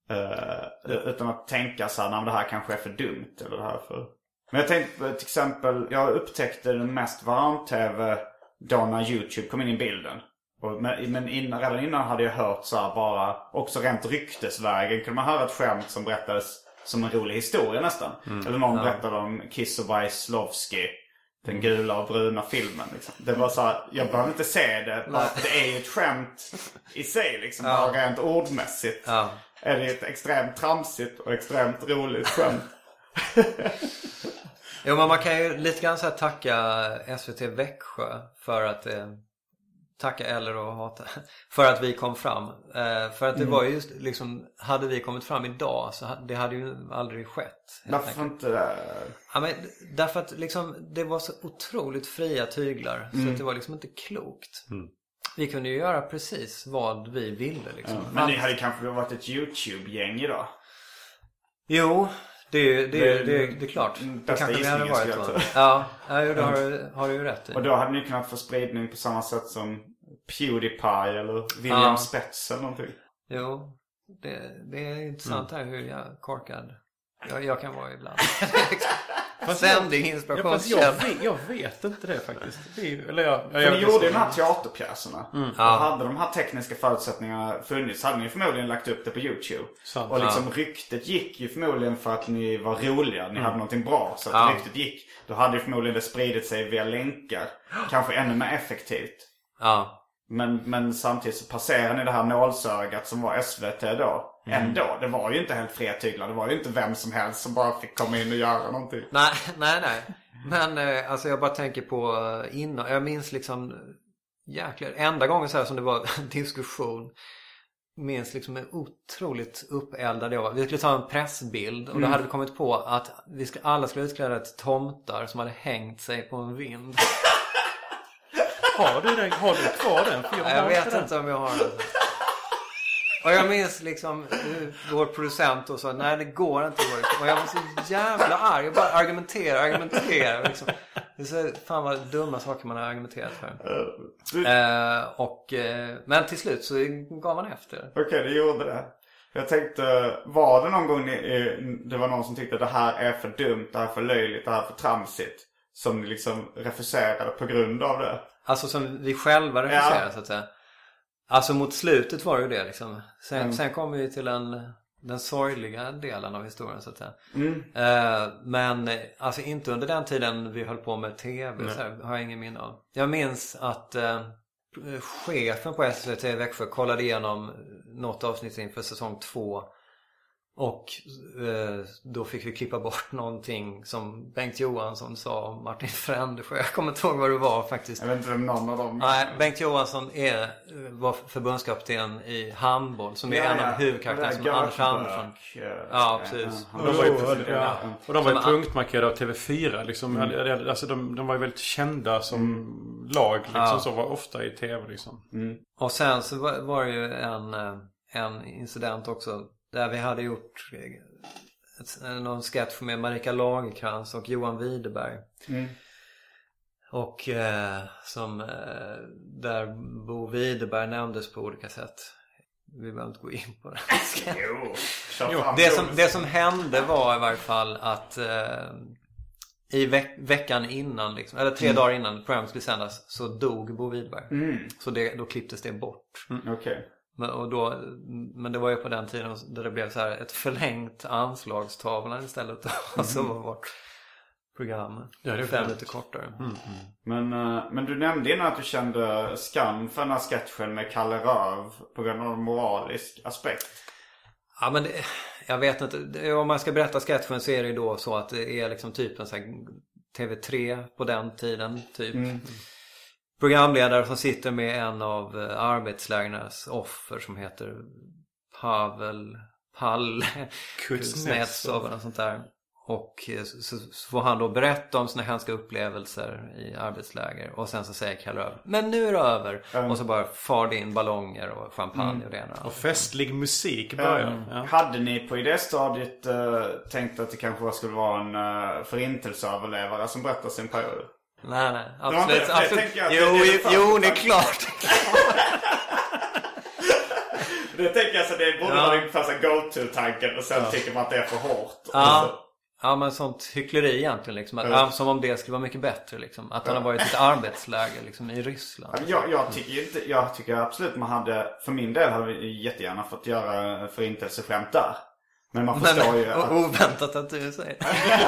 utan att tänka så här, när det här kanske är för dumt eller det här för... Men jag tänkte till exempel, jag upptäckte den mest varm-tv då när YouTube kom in i bilden. Men redan innan hade jag hört så här, bara också rent ryktesvägen kunde man höra ett skämt som berättades som en rolig historia nästan. Eller någon berättade om Kiss och Weislowski, den gula och bruna filmen liksom. Det var så här, jag behöver inte se det, bara för det är ju ett skämt i sig liksom, bara rent ordmässigt. Är det ett extremt tramsigt och extremt roligt skämt. Jo, men man kan ju lite grann så här tacka SVT Växjö för att tacka eller och hata för att vi kom fram. För att det var ju liksom, hade vi kommit fram idag så det hade ju aldrig skett. Varför inte det? Ja, men därför att liksom, det var så otroligt fria tyglar så att det var liksom inte klokt. Vi kunde ju göra precis vad vi ville liksom. Men ni hade kanske varit ett YouTube-gäng idag. Jo, det är klart. Det kanske vi hade varit då. Ja, det har du ju rätt i. Och då hade ni kunnat få spridning på samma sätt som PewDiePie eller William Spets eller någonting. Jo, det är intressant här hur jag korkad jag kan vara ibland. Ständig inspirationskälla. Jag vet inte det faktiskt. Ni gjorde ju de här teaterpjäserna. Och hade de här tekniska förutsättningarna funnits hade ni förmodligen lagt upp det på YouTube. Sant. Och liksom ryktet gick ju förmodligen för att ni var roliga. Ni hade någonting bra. Så att ryktet gick. Då hade ju förmodligen det spridit sig via länkar. Kanske ännu mer effektivt. Ja. Men samtidigt så passerade ni det här nålsögat som var SVT då. Ändå, det var ju inte helt fria tyglar. Det var ju inte vem som helst som bara fick komma in och göra någonting. Nej. Men alltså jag bara tänker på innan. Jag minns liksom jäklar. Enda gången så här som det var en diskussion. Minns liksom en otroligt uppeldad jag var. Vi skulle ta en pressbild. Och då hade vi kommit på att alla skulle utkläda till tomtar som hade hängt sig på en vind. Har du kvar den? Jag vet inte om jag har den. Och jag minns liksom vår producent och sa nej det går inte. Och jag var så jävla arg. Jag bara argumenterar liksom. Det är så fan vad dumma saker man har argumenterat för. Men till slut så gav man efter. Okej, det gjorde det. Jag tänkte, var det någon gång det var någon som tyckte att det här är för dumt, det här är för löjligt, det här är för tramsigt. Som ni liksom refuserade på grund av det? Alltså som vi själva refuserade så att säga. Alltså mot slutet var det ju det liksom. Sen kom vi till den sorgliga delen av historien så att säga. Men alltså inte under den tiden vi höll på med tv så här, har jag ingen minne av. Jag minns att chefen på SVT i Växjö kollade igenom något avsnitt inför säsong 2. Och då fick vi klippa bort någonting som Bengt Johansson sa om Martin Frändesjö. Jag kommer inte ihåg vad det var faktiskt. Jag vet inte vem någon av dem. Nej, Bengt Johansson var förbundskapten i handboll. Som är en av huvudkaraktärerna som Anders Andersson. Ja, precis. Och de var ju punktmarkerade av TV4 liksom. Alltså de var ju väldigt kända som lag liksom, som var ofta i TV liksom. Och sen så var det ju en incident också. Där vi hade gjort någon sketch med Marika Lagercrantz och Johan Widerberg. Och där Bo Widerberg nämndes på olika sätt. Vi behöver inte gå in på det. Det som hände var i varje fall att i veckan innan liksom, eller 3 dagar innan programmet skulle sändas så dog Bo Widerberg. Så då klipptes det bort. Okej. Men det var ju på den tiden där det blev så här ett förlängt anslagstavla istället då, så var vårt program 5 minuter kortare. Men du nämnde innan att du kände skam för den här sketchen med Kalle Röv på grund av en moralisk aspekt. Ja, men jag vet inte. Om man ska berätta sketchen så är det ju då så att det är liksom typ en sån här TV3 på den tiden typ. Programledare som sitter med en av arbetslägernas offer som heter Pavel Kuznetsov och sånt där. Och så får han då berätta om sina hemska upplevelser i arbetsläger. Och sen så säger Kalle Röv, men nu är det över. Och så bara far det in ballonger och champagne och det ena. Och festlig musik börjar. Hade ni på idéstadiet tänkt att det kanske skulle vara en förintelseöverlevare som berättar sin period? Nej, absolut. Jo, det är klart. Det tänker jag så det borde vara ungefär så go-to-tanken och sen tycker man att det är för hårt. Ja, men sånt hyckleri egentligen liksom. Att, som om det skulle vara mycket bättre liksom. Att han har varit i ett arbetsläger liksom, i Ryssland. Jag tycker absolut man hade, för min del hade vi jättegärna fått göra förintelseskämt där. Men man förstår ju att... Oväntat att du säger.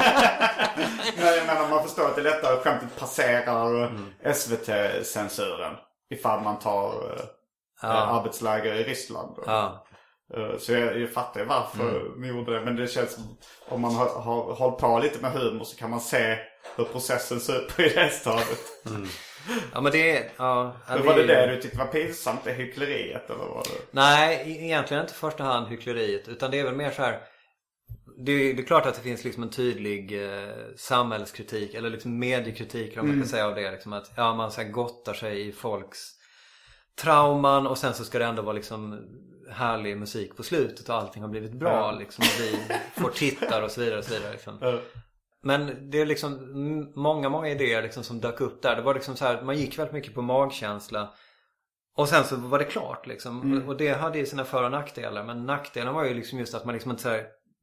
Men man förstår att det är lättare att skämtet passerar SVT-censuren ifall man tar arbetsläger i Ryssland. Så jag fattar varför ni gjorde det. Men det känns som om man har hållit på lite med humor så kan man se hur processen ser ut på idéstadiet. Ja, men det är... var det du tyckte var pinsamt, det hyckleriet eller vad det? Nej, egentligen inte i första hand hyckleriet. Utan det är väl mer så här... Det är klart att det finns liksom en tydlig samhällskritik eller liksom mediekritik om man kan säga av det. Liksom att man så här gottar sig i folks trauman och sen så ska det ändå vara liksom härlig musik på slutet och allting har blivit bra liksom, och vi får tittar och så vidare liksom. Men det är liksom många idéer liksom som dök upp där. Det var liksom så här, man gick väldigt mycket på magkänsla och sen så var det klart liksom. Och det hade ju sina för- och nackdelar, men nackdelen var ju liksom just att man liksom inte så här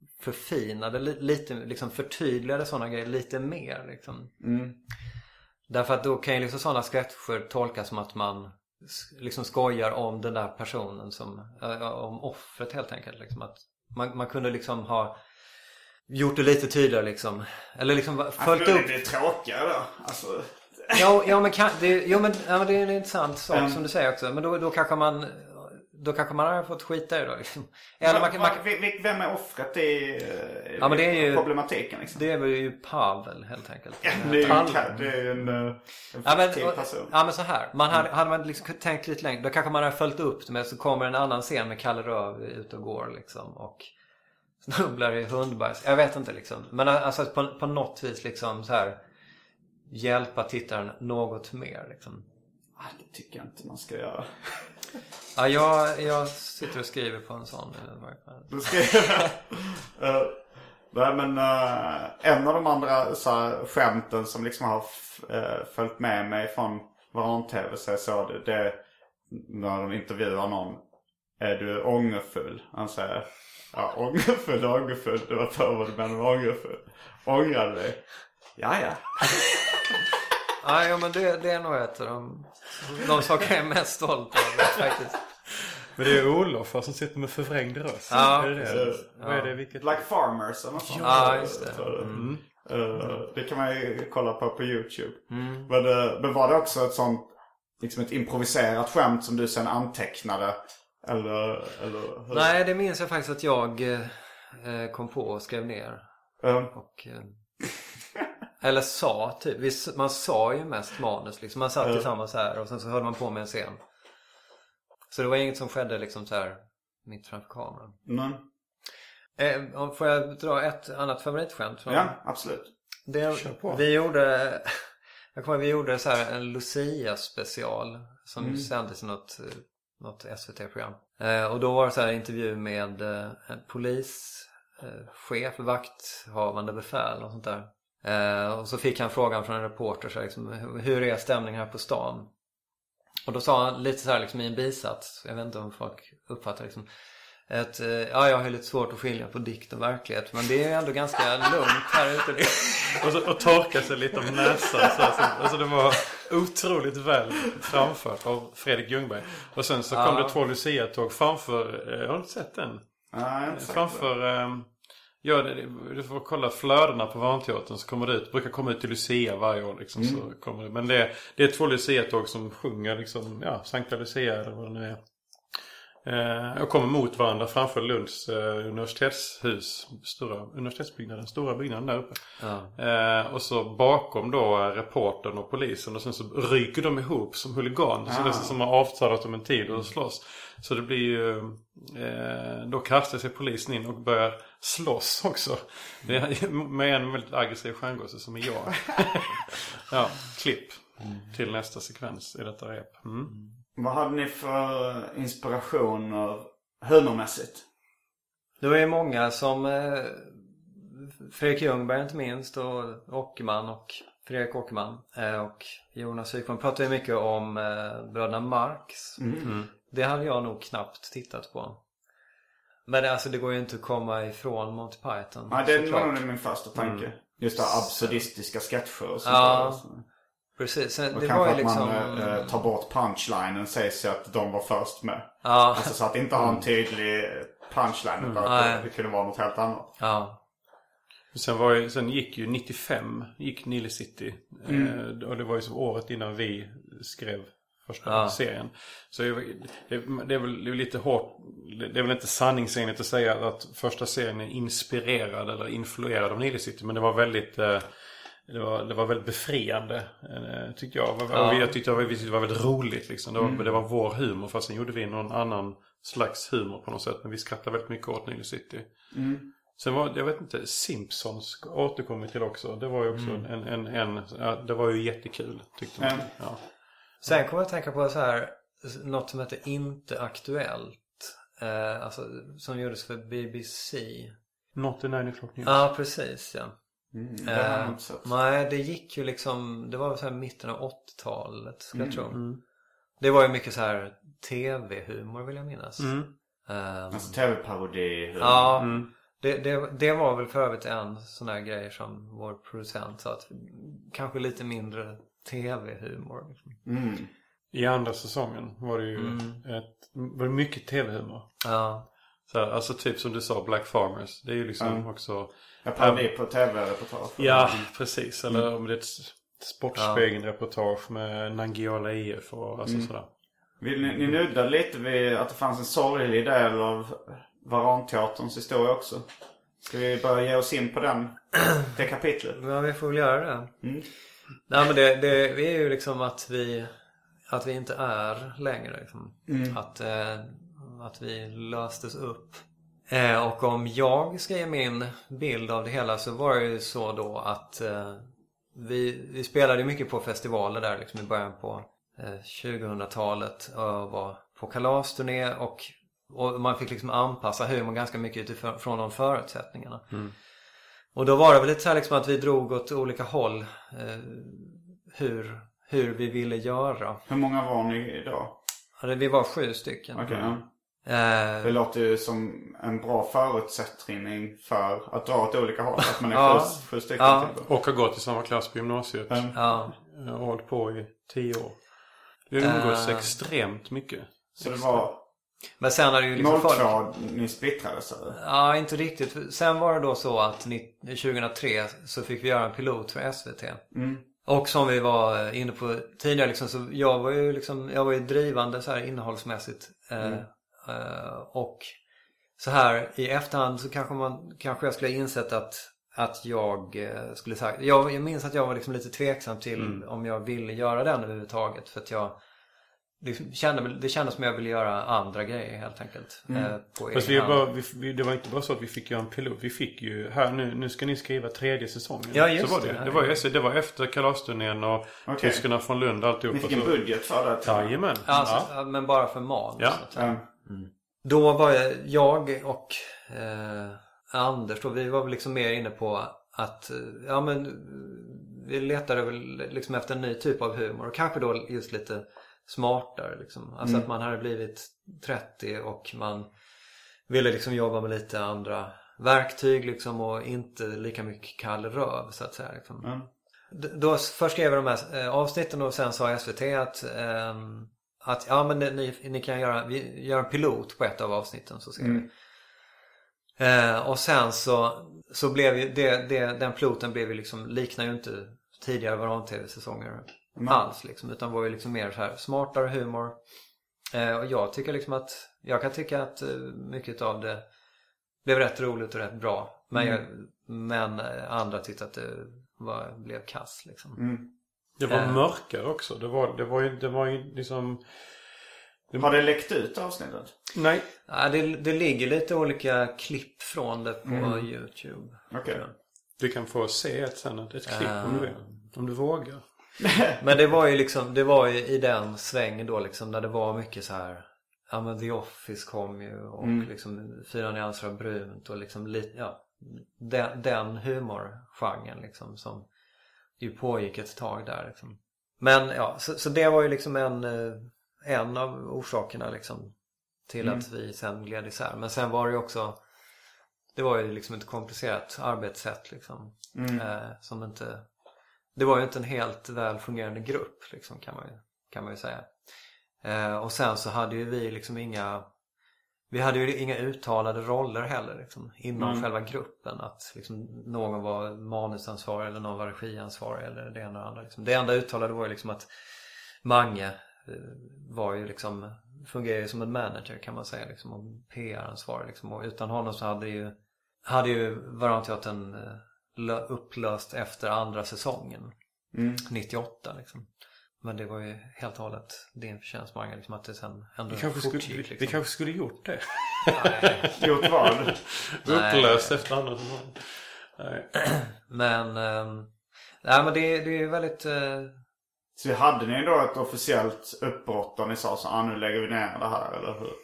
förfinade lite, liksom förtydligade sådana grejer lite mer liksom. Därför att då kan ju liksom sådana sketcher tolkas som att man liksom skojar om den där personen om offret helt enkelt liksom. Att man kunde liksom ha gjort det lite tydligare liksom. Eller liksom följt upp. Det är tråkigare då. Alltså... Ja men det är en intressant sak som du säger också. Men då kanske man har fått skita i det liksom. Eller vem är offret i det är ju problematiken liksom? Det är väl ju Pavel helt enkelt. Det är en fiktiv person. Ja men så här. Hade man liksom tänkt lite längre, då kanske man har följt upp det med, så kommer en annan scen med Kalle Röv ut och går liksom och snubblar i hundbajs. Jag vet inte liksom. Men alltså på något vis liksom så här hjälpa tittaren något mer liksom. Det tycker jag inte man ska göra. Ja, jag sitter och skriver på en sån. Du skriver? Nej, men en av de andra så här, skämten som liksom har följt med mig från Varan-TV, så jag såg det när de intervjuar någon. Är du ångerfull? Han säger, ja, ångerfull. Det var för vad du menar ångerfull. Ångrar du dig? Ja. Ja, men det är nog ett av de saker jag är mest stolt över faktiskt. Men det är Olof som sitter med förvrängd röst. Ja, är det? Vad är det? Vilket? Like Farmers eller något sånt. Ja, just det. Det kan man ju kolla på YouTube. Men var det också ett sånt, liksom ett improviserat skämt som du sen antecknade? Eller hur? Nej, det minns jag faktiskt att jag kom på och skrev ner. Och... Eller sa typ. Man sa ju mest manus liksom. Man satt tillsammans här och sen så höll man på med en scen. Så det var inget som skedde liksom så här mitt framför kameran. Får jag dra ett annat favoritskämt? Ja, absolut. Vi gjorde så här en Lucia special som sändes i något SVT-program. Och då var det så här intervju med en polischef, vakthavande befäl och sånt där. Och så fick han frågan från en reporter så här, liksom, hur är stämningen här på stan? Och då sa han lite så här liksom, i en bisats, jag vet inte om folk uppfattar liksom, att jag har lite svårt att skilja på dikt och verklighet, men det är ändå ganska lugnt här ute. och torka sig lite om näsan alltså det var otroligt väl framfört av Fredrik Ljungberg. Och sen så kom det 2 Lucia-tåg framför, har du inte sett den? Nej, framför du får kolla flödena på Varanteatern, så kommer det ut, brukar komma ut till Lucia varje år liksom, så kommer det. Men det är 2 Lucia-tåg som sjunger liksom, Sankta Lucia eller vad det nu är. Och kommer mot varandra framför Lunds universitetshus, stora byggnaden där uppe. Och så bakom då reportern och polisen, och sen så ryker de ihop som huligan, så nästan som har avtalat om en tid och slåss. Så det blir ju då kastar sig polisen in och börjar slåss också. Det är med en väldigt aggressiv stjärngosse som är jag. Klipp till nästa sekvens i detta rep. Vad hade ni för inspirationer humormässigt? Det var ju många som Fredrik Ljungberg inte minst, och Åkerman och Fredrik Åkerman och Jonas Wikman pratade ju mycket om bröderna Marx. Det hade jag nog knappt tittat på. Men det går ju inte att komma ifrån Monty Python. Ja, det är nog min första tanke. Just det absurdistiska sketcher och sånt där. Precis. Och det kanske var ju att liksom... man tar bort punchlinen, sägs att de var först med. Alltså så att det inte har en tydlig punchline, utan att det kunde vara något helt annat. Sen gick ju 95 Nile City. Och det var ju så året innan vi skrev första serien. Så det är väl lite hårt. Det är väl inte sanningsenligt att säga att första serien är inspirerad eller influerad av Nile City, men det var väldigt... Det var väldigt befriande, tyckte jag. Och jag tyckte det var väldigt roligt liksom. Det var vår humor, fast sen gjorde vi någon annan slags humor på något sätt. Men vi skrattade väldigt mycket åt Nile City. Sen var, jag vet inte, Simpsons återkommit till också. Det var ju också det var ju jättekul, tyckte man. Sen kommer jag att tänka på så här, något som heter Inte Aktuellt. Alltså, som gjordes för BBC. Not the 9 o'clock news. Ja, precis, ja. Nej, det gick ju liksom, det var så här mitten av 80-talet skulle jag tro. Det var ju mycket så här tv-humor, vill jag minnas. Alltså tv-parodi. Det var väl för övrigt en sån här grej som vår producent sa, att kanske lite mindre tv-humor. Liksom. I andra säsongen var det ju var det mycket tv-humor. Ja. Så, alltså typ som du sa, Black Farmers. Det är ju liksom också... Jag parodi på tv-reportage. Ja, precis. Eller om det är ett Sportspegeln-reportage med Nangijala IF och alltså sådär. Ni nuddade lite vid att det fanns en sorglig del av Varanteaterns historia också. Ska vi börja ge oss in på det kapitlet? Ja, vi får väl göra det. Nej, men det är ju liksom att vi inte är längre liksom. Att vi löstes upp. Och om jag ska ge min bild av det hela, så var det ju så då att vi spelade mycket på festivaler där liksom i början på 2000-talet och var på kalasturné och man fick liksom anpassa humor ganska mycket utifrån de förutsättningarna. Och då var det väl lite så här liksom att vi drog åt olika håll hur vi ville göra. Hur många var ni då? Ja, vi var 7 stycken. Okej. Det låter ju som en bra förutsättning för att dra åt olika håll. Att man är 7 stycken till. Och har gått i samma klass på gymnasiet. Ja. Jag har hållit på i 10 år. Vi umgås extremt mycket. Så det var... Men sen har det ju liksom ni splittrades eller? Ja, inte riktigt. Sen var det då så att 2003 så fick vi göra en pilot för SVT. Och som vi var inne på tidigare liksom, så jag var ju drivande så här innehållsmässigt. Och så här i efterhand så kanske jag skulle ha insett att jag skulle sagt, jag minns att jag var liksom lite tveksam till om jag ville göra den överhuvudtaget, för att jag liksom det kändes som jag ville göra andra grejer helt enkelt. Fast det var inte bara så att vi fick göra en pilot. Vi fick ju här nu ska ni skriva 3:e säsongen. Ja, just så var det. Det var efter kalasturnén och tyskarna från Lund alltihop. Ni fick en budget för det? Jajamän. Alltså, men bara för manus. Ja. Då var jag och Anders då, vi var väl liksom mer inne på att vi letade väl liksom efter en ny typ av humor, och kanske då just lite smartare liksom. Alltså att man hade blivit 30 och man ville liksom jobba med lite andra verktyg liksom, och inte lika mycket kall röv så att säga liksom. Då först skrev vi de här avsnitten och sen sa SVT att ja, men ni kan göra en pilot på ett av avsnitten, så ser vi. Och sen så blev ju den piloten blev ju liksom, liknar ju inte tidigare Varan-tv-säsonger alls liksom, utan var ju liksom mer så här smartare humor. Och jag kan tycka att mycket av det blev rätt roligt och rätt bra, men andra tyckte att det blev kass liksom. Det var mörkare också. Det var ju liksom... Har det läckt ut avsnittet? Nej. Ja, det ligger lite olika klipp från det på YouTube. Okej. Du kan få se ett klipp om du vill. Om du vågar. Men det var ju i den svängen då liksom, där det var mycket så här, ja men The Office kom ju och liksom 4 nyanser av brunt och liksom lite, den humorgenren liksom, som ju pågick ett tag där liksom. Men ja, så det var ju liksom en av orsakerna liksom till att vi sen gled isär. Men sen var det ju också, det var ju liksom ett komplicerat arbetssätt liksom, som inte, det var ju inte en helt väl fungerande grupp liksom, kan man ju säga. Och sen så hade ju vi liksom inga uttalade roller heller liksom, inom själva gruppen, att liksom någon var manusansvarig eller någon var regiansvarig eller det ena och det andra liksom. Det enda uttalade var ju liksom att Mange var ju liksom, fungerade som en manager kan man säga liksom, och PR-ansvarig liksom, och utan honom så hade ju Varanteatern upplöst efter andra säsongen 98 liksom. Men det var ju helt och hållet din förtjänst, Mange, liksom, att det sen ändå fortgick liksom. Vi kanske skulle gjort det. Nej. Gjort vad? Upplöst efter andra säsongen. Nej. Men men det är väldigt Så hade ni då ett officiellt uppbrott och ni sa så, nu lägger vi ner det här, eller hur?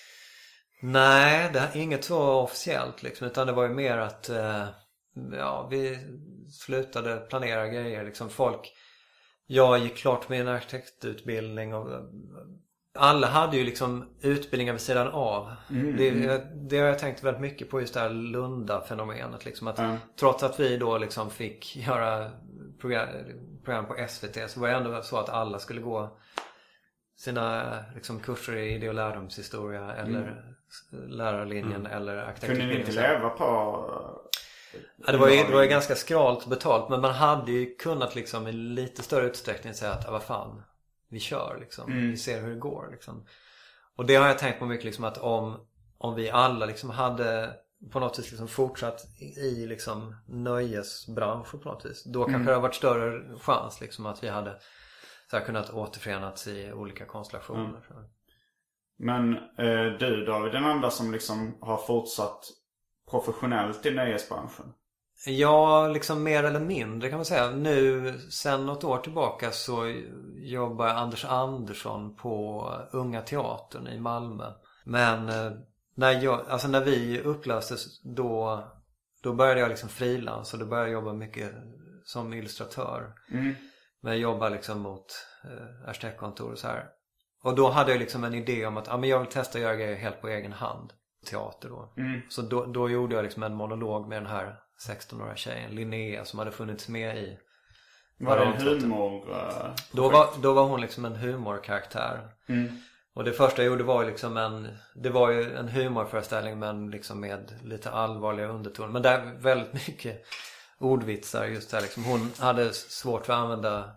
Nej, det är inget så officiellt liksom, utan det var ju mer att vi slutade planera grejer liksom. Jag gick klart med en arkitektutbildning och Alla hade ju liksom utbildningar vid sidan av. Det har jag tänkt väldigt mycket på, just det här Lunda-fenomenet liksom, att trots att vi då liksom fick göra program på SVT, så var det ändå så att alla skulle gå sina liksom kurser i idé- och lärdomshistoria eller lärarlinjen eller arkitektutbildning. Kunde ni inte leva på... Ja, det var ju ganska skralt betalt, men man hade ju kunnat liksom i lite större utsträckning säga att vad fan, vi kör liksom. Vi ser hur det går liksom. Och det har jag tänkt på mycket liksom, att om vi alla liksom hade på något vis liksom fortsatt i liksom nöjesbranschen på något vis, då kanske det hade varit större chans liksom att vi hade så här kunnat återförenas i olika konstellationer. Men du då är den enda som liksom har fortsatt professionellt i nöjesbranschen? Ja, liksom mer eller mindre kan man säga. Nu, sen något år tillbaka, så jobbar Anders Andersson på Unga Teatern i Malmö. Men när vi upplöstes, då började jag liksom frilans, och då började jag jobba mycket som illustratör. Men jag jobbar liksom mot arkitektkontor och så här. Och då hade jag liksom en idé om att men jag vill testa att göra grejer helt på egen hand. Teater då. Så då gjorde jag liksom en monolog med den här 16-åriga tjejen Linnea, som hade funnits med i... Var det en humor? Då var hon liksom en humorkaraktär. Och det första jag gjorde var ju liksom en humorföreställning, men liksom med lite allvarliga underton. Men där väldigt mycket ordvitsar just där liksom. Hon hade svårt för att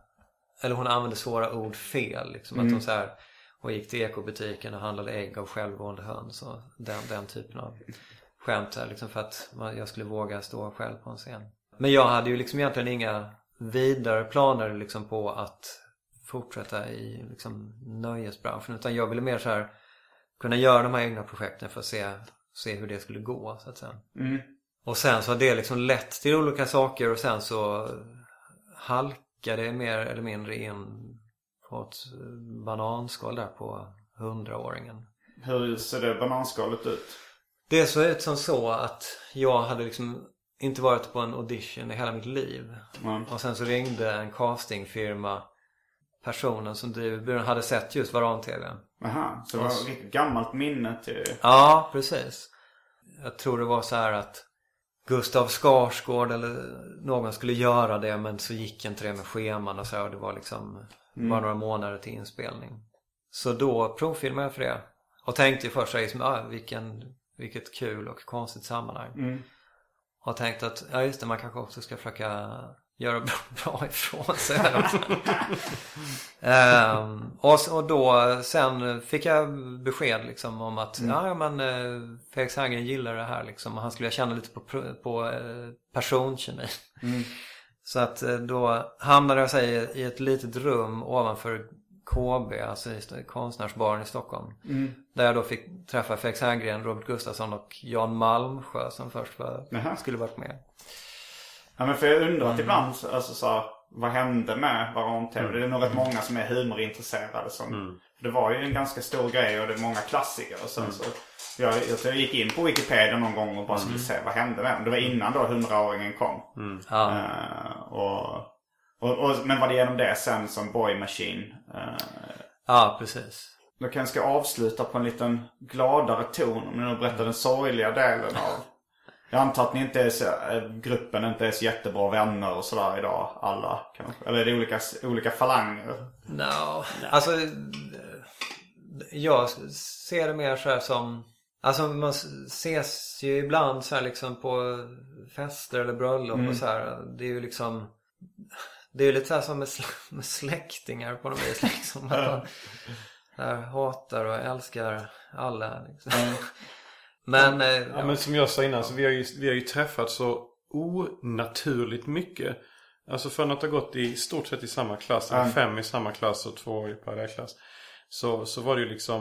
hon använde svåra ord fel liksom. Att hon så här, och gick till ekobutiken och handlade ägg av självgående höns och den typen av skämt här, liksom, för att jag skulle våga stå själv på en scen. Men jag hade ju liksom egentligen inga vidare planer liksom på att fortsätta i liksom nöjesbranschen, utan jag ville mer så här kunna göra de här egna projekten för att se hur det skulle gå, så att säga. Och sen så har det liksom lett till olika saker, och sen så halkade det mer eller mindre in på ett bananskal där på 100-åringen. Hur ser det bananskalet ut? Det såg ut som så att jag hade liksom inte varit på en audition i hela mitt liv. Och sen så ringde en castingfirma, personen som driver byrån hade sett just Varan-TV. Aha, så det var ett gammalt minne till... Ja, precis. Jag tror det var så här att Gustav Skarsgård eller någon skulle göra det, men så gick inte det med scheman och så här, och det var liksom bara några månader till inspelning. Så då provfilmade jag för det. Och tänkte ju först liksom, vilket kul och konstigt sammanhang. Och tänkte att, just det, man kanske också ska försöka göra bra ifrån sig. Och då sen fick jag besked liksom om att Felix Herngren gillar det här liksom, och han skulle känna lite på personkemi. Så att då hamnade jag i ett litet rum ovanför KB, alltså i konstnärsbaren i Stockholm. Där jag då fick träffa Felix Herngren, Robert Gustafsson och Jan Malmsjö som först skulle varit med. Ja, men för jag undrar att ibland, alltså så, vad hände med Varan-TV? Det är nog rätt många som är humorintresserade. Det var ju en ganska stor grej, och det är många klassiker. Och sen så jag gick in på Wikipedia någon gång och bara skulle se vad hände med dem. Det var innan då 100-åringen kom. Men var det genom det sen som Boy Machine? Ja, precis. Då kanske jag avsluta på en liten gladare ton, om ni berättar den sorgliga delen av... Jag antar att ni inte är gruppen inte är så jättebra vänner och sådär idag, alla kanske. Eller är det olika falanger? Alltså jag ser det mer så här som, alltså man ses ju ibland så här liksom på fester eller bröllop och så här. Det är ju liksom, det är ju lite så här som med släktingar på något vis liksom. Att man hatar och älskar alla liksom. Men som jag sa innan, så vi har ju träffat så onaturligt mycket. Alltså för att ha gått i stort sett i samma klass, 5 i samma klass och 2 i parallellklass, så var det ju liksom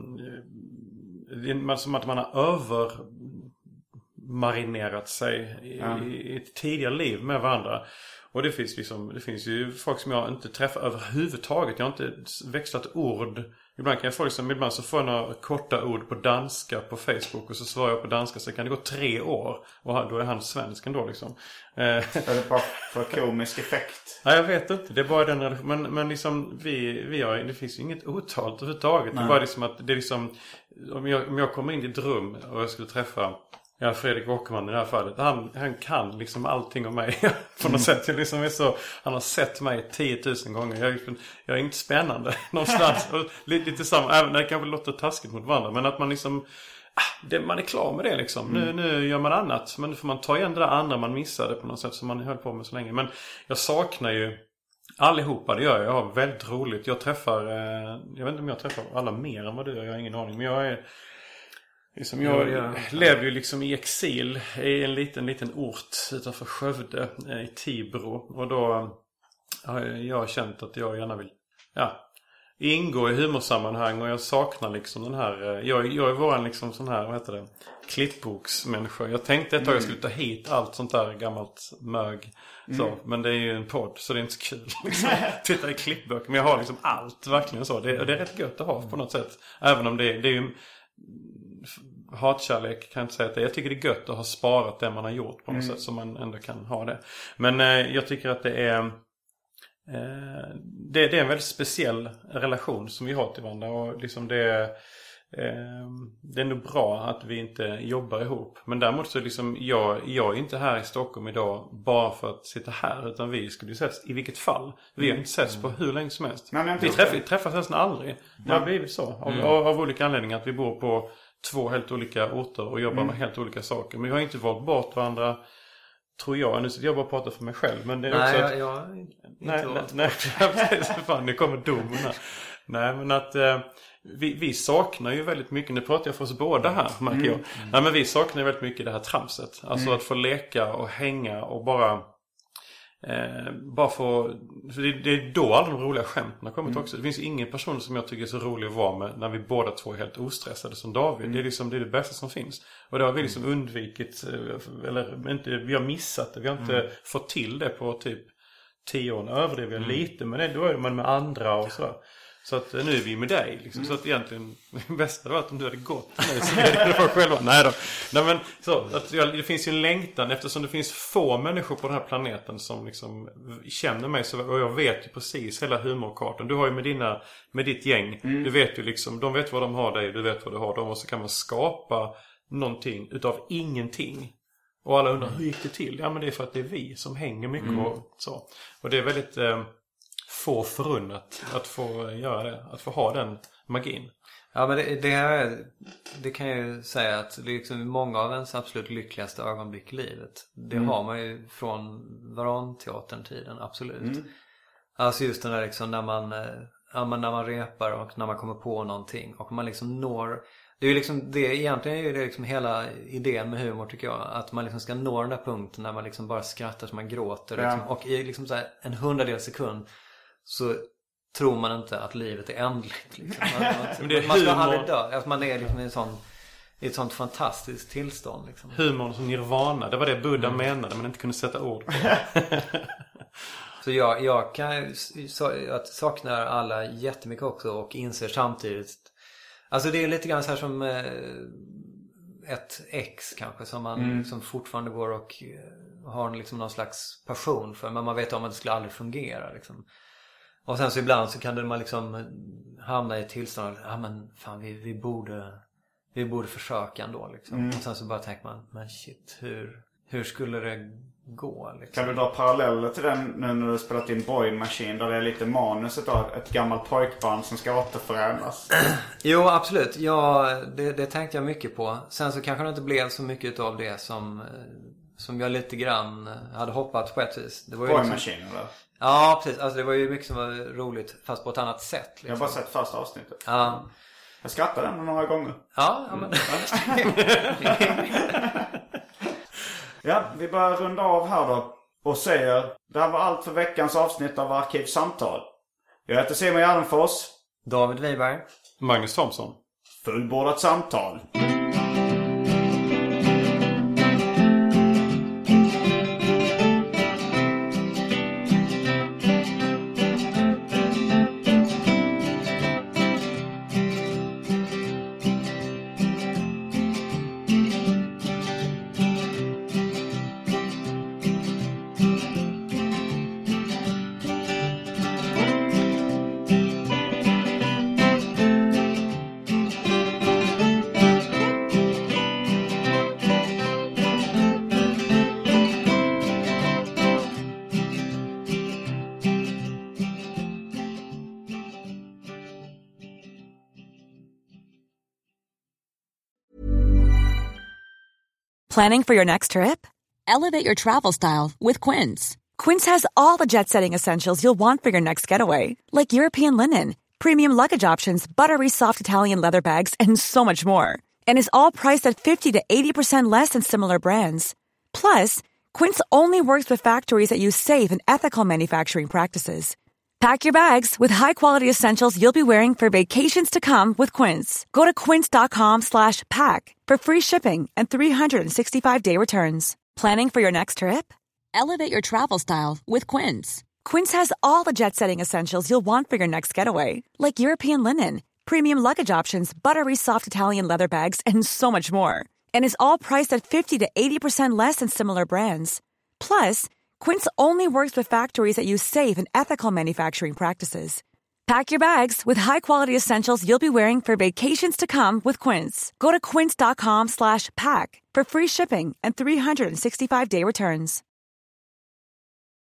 som att man har övermarinerat sig i ett tidigare liv med varandra. Och det finns ju folk som jag inte träffar överhuvudtaget. Jag har inte växlat ord Ibland kan jag få liksom, ibland så får jag några korta ord på danska på Facebook och så svarar jag på danska, så kan det gå 3 år och då är han svensk ändå liksom. Är det bara för komisk effekt? Nej, jag vet inte. Det är bara den relationen. Men liksom vi har, det finns ju inget otalt överhuvudtaget. Det är bara liksom att det är liksom, om jag kommer in i ett rum och jag skulle träffa Fredrik Åkerman i det här fallet. Han kan liksom allting om mig på något sätt. Jag liksom är så, han har sett mig 10 000 gånger. Jag är inte spännande någonstans. lite samma, även när det kanske låter taskigt mot varandra. Men att man liksom, man är klar med det liksom. Nu gör man annat. Men nu får man ta igen det där andra man missade på något sätt som man höll på med så länge. Men jag saknar ju allihopa, det gör jag. Jag har väldigt roligt. Jag träffar, jag vet inte om jag träffar alla mer än vad du gör. Jag har ingen aning. Men jag är liksom, jag lever ju liksom i exil i en liten ort utanför Skövde, i Tibro. Och då har jag känt att jag gärna vill ingå i humorsammanhang. Och jag saknar liksom den här, jag är våran liksom sån här, vad heter det, klippboksmänniska. Jag tänkte att jag skulle ta hit allt sånt där gammalt mög. Så, men det är ju en podd, så det är inte så kul liksom. Titta i klippböcker. Men jag har liksom allt, verkligen så. Det är rätt gött att ha på något sätt. Även om det är ju hatkärlek, kan jag inte säga att det är. Jag tycker det är gött att ha sparat det man har gjort på något sätt, så man ändå kan ha det. Men jag tycker att det är en väldigt speciell relation som vi har till varandra. Och liksom det är nog bra att vi inte jobbar ihop. Men däremot så liksom jag är inte här i Stockholm idag bara för att sitta här, utan vi skulle ju ses i vilket fall. Vi har inte setts på hur länge som helst. Vi träffas nästan aldrig. Det har blivit så av olika anledningar, att vi bor på 2 helt olika orter och jobbar med helt olika saker. Men vi har inte valt bort varandra, tror jag. Nu sitter jag bara och pratar för mig själv. Men det är också att, nej, fan, det kommer domen här. Nej, men att vi saknar ju väldigt mycket. Nu pratar jag för oss båda här, märker jag. Nej, men vi saknar ju väldigt mycket det här tramset. Alltså att få leka och hänga och bara få, för det är då alla de roliga skämten har kommit också. Det finns ingen person som jag tycker är så rolig att vara med när vi båda två är helt ostressade som David. Det är liksom, det är det bästa som finns. Och det har vi liksom undvikit, eller inte, vi har missat det. Vi har inte fått till det på typ 10 år. Överdriver vi lite, men då är man med andra och sådär. Så att nu är vi med dig liksom. Så att egentligen bästa var att om du hade gått nu så är det för själva. Nej då. Nej, men så att det finns ju en längtan, eftersom det finns få människor på den här planeten som liksom känner mig så, och jag vet ju precis hela humorkartan. Du har ju med ditt gäng. Du vet ju liksom, de vet vad de har dig, du vet vad du har dem, och så kan man skapa någonting utav ingenting. Och alla undrar, hur gick det till? Ja, men det är för att det är vi som hänger mycket och så. Och det är väldigt få förunnat att få göra det, att få ha den magin. Ja, men det kan jag ju säga att liksom många av ens absolut lyckligaste ögonblick i livet, det har man ju från Varanteatern-tiden, absolut. Alltså just den där liksom när man repar och när man kommer på någonting och man liksom når, det är ju liksom det, egentligen är ju det liksom hela idén med humor, tycker jag, att man liksom ska nå den där punkten när man liksom bara skrattar så man gråter liksom, och i liksom så här en 100-del sekund så tror man inte att livet är ändligt liksom. Man ska aldrig dö, att man är liksom i ett sånt fantastiskt tillstånd liksom. Humor som nirvana, det var det Buddha menade, men inte kunde sätta ord på. Så jag saknar alla jättemycket också, och inser samtidigt, alltså det är lite grann så här som ett ex kanske som man som fortfarande går och har liksom någon slags passion för, men man vet om att det skulle aldrig fungera liksom. Och sen så ibland så kan man liksom hamna i ett tillstånd, men fan, vi borde försöka ändå liksom. Och sen så bara tänker man, men shit, hur skulle det gå liksom? Kan du dra paralleller till den nu när du spelat in Boy Machine, där det är lite manuset av ett gammalt pojkbarn som ska återförändras? Jo, absolut. Ja, det tänkte jag mycket på. Sen så kanske det inte blev så mycket av det som jag lite grann hade hoppats på ett vis. Det var ju Boy Machine, eller? Ja, precis. Alltså det var ju mycket som var roligt, fast på ett annat sätt liksom. Jag har bara sett första avsnittet. Ja. Jag skrattade den några gånger. Ja, men... Ja, vi börjar runda av här då och säger, det här var allt för veckans avsnitt av Arkivsamtal. Jag heter Simon Gärdenfors, David Wiberg, Magnus Thomsson. Fullbordat samtal. Planning for your next trip? Elevate your travel style with Quince. Quince has all the jet-setting essentials you'll want for your next getaway, like European linen, premium luggage options, buttery soft Italian leather bags, and so much more. And is all priced at 50 to 80% less than similar brands. Plus, Quince only works with factories that use safe and ethical manufacturing practices. Pack your bags with high-quality essentials you'll be wearing for vacations to come with Quince. Go to quince.com/pack for free shipping and 365-day returns. Planning for your next trip? Elevate your travel style with Quince. Quince has all the jet-setting essentials you'll want for your next getaway, like European linen, premium luggage options, buttery soft Italian leather bags, and so much more. And is all priced at 50 to 80% less than similar brands. Plus, Quince only works with factories that use safe and ethical manufacturing practices. Pack your bags with high-quality essentials you'll be wearing for vacations to come with Quince. Go to quince.com/pack for free shipping and 365-day returns.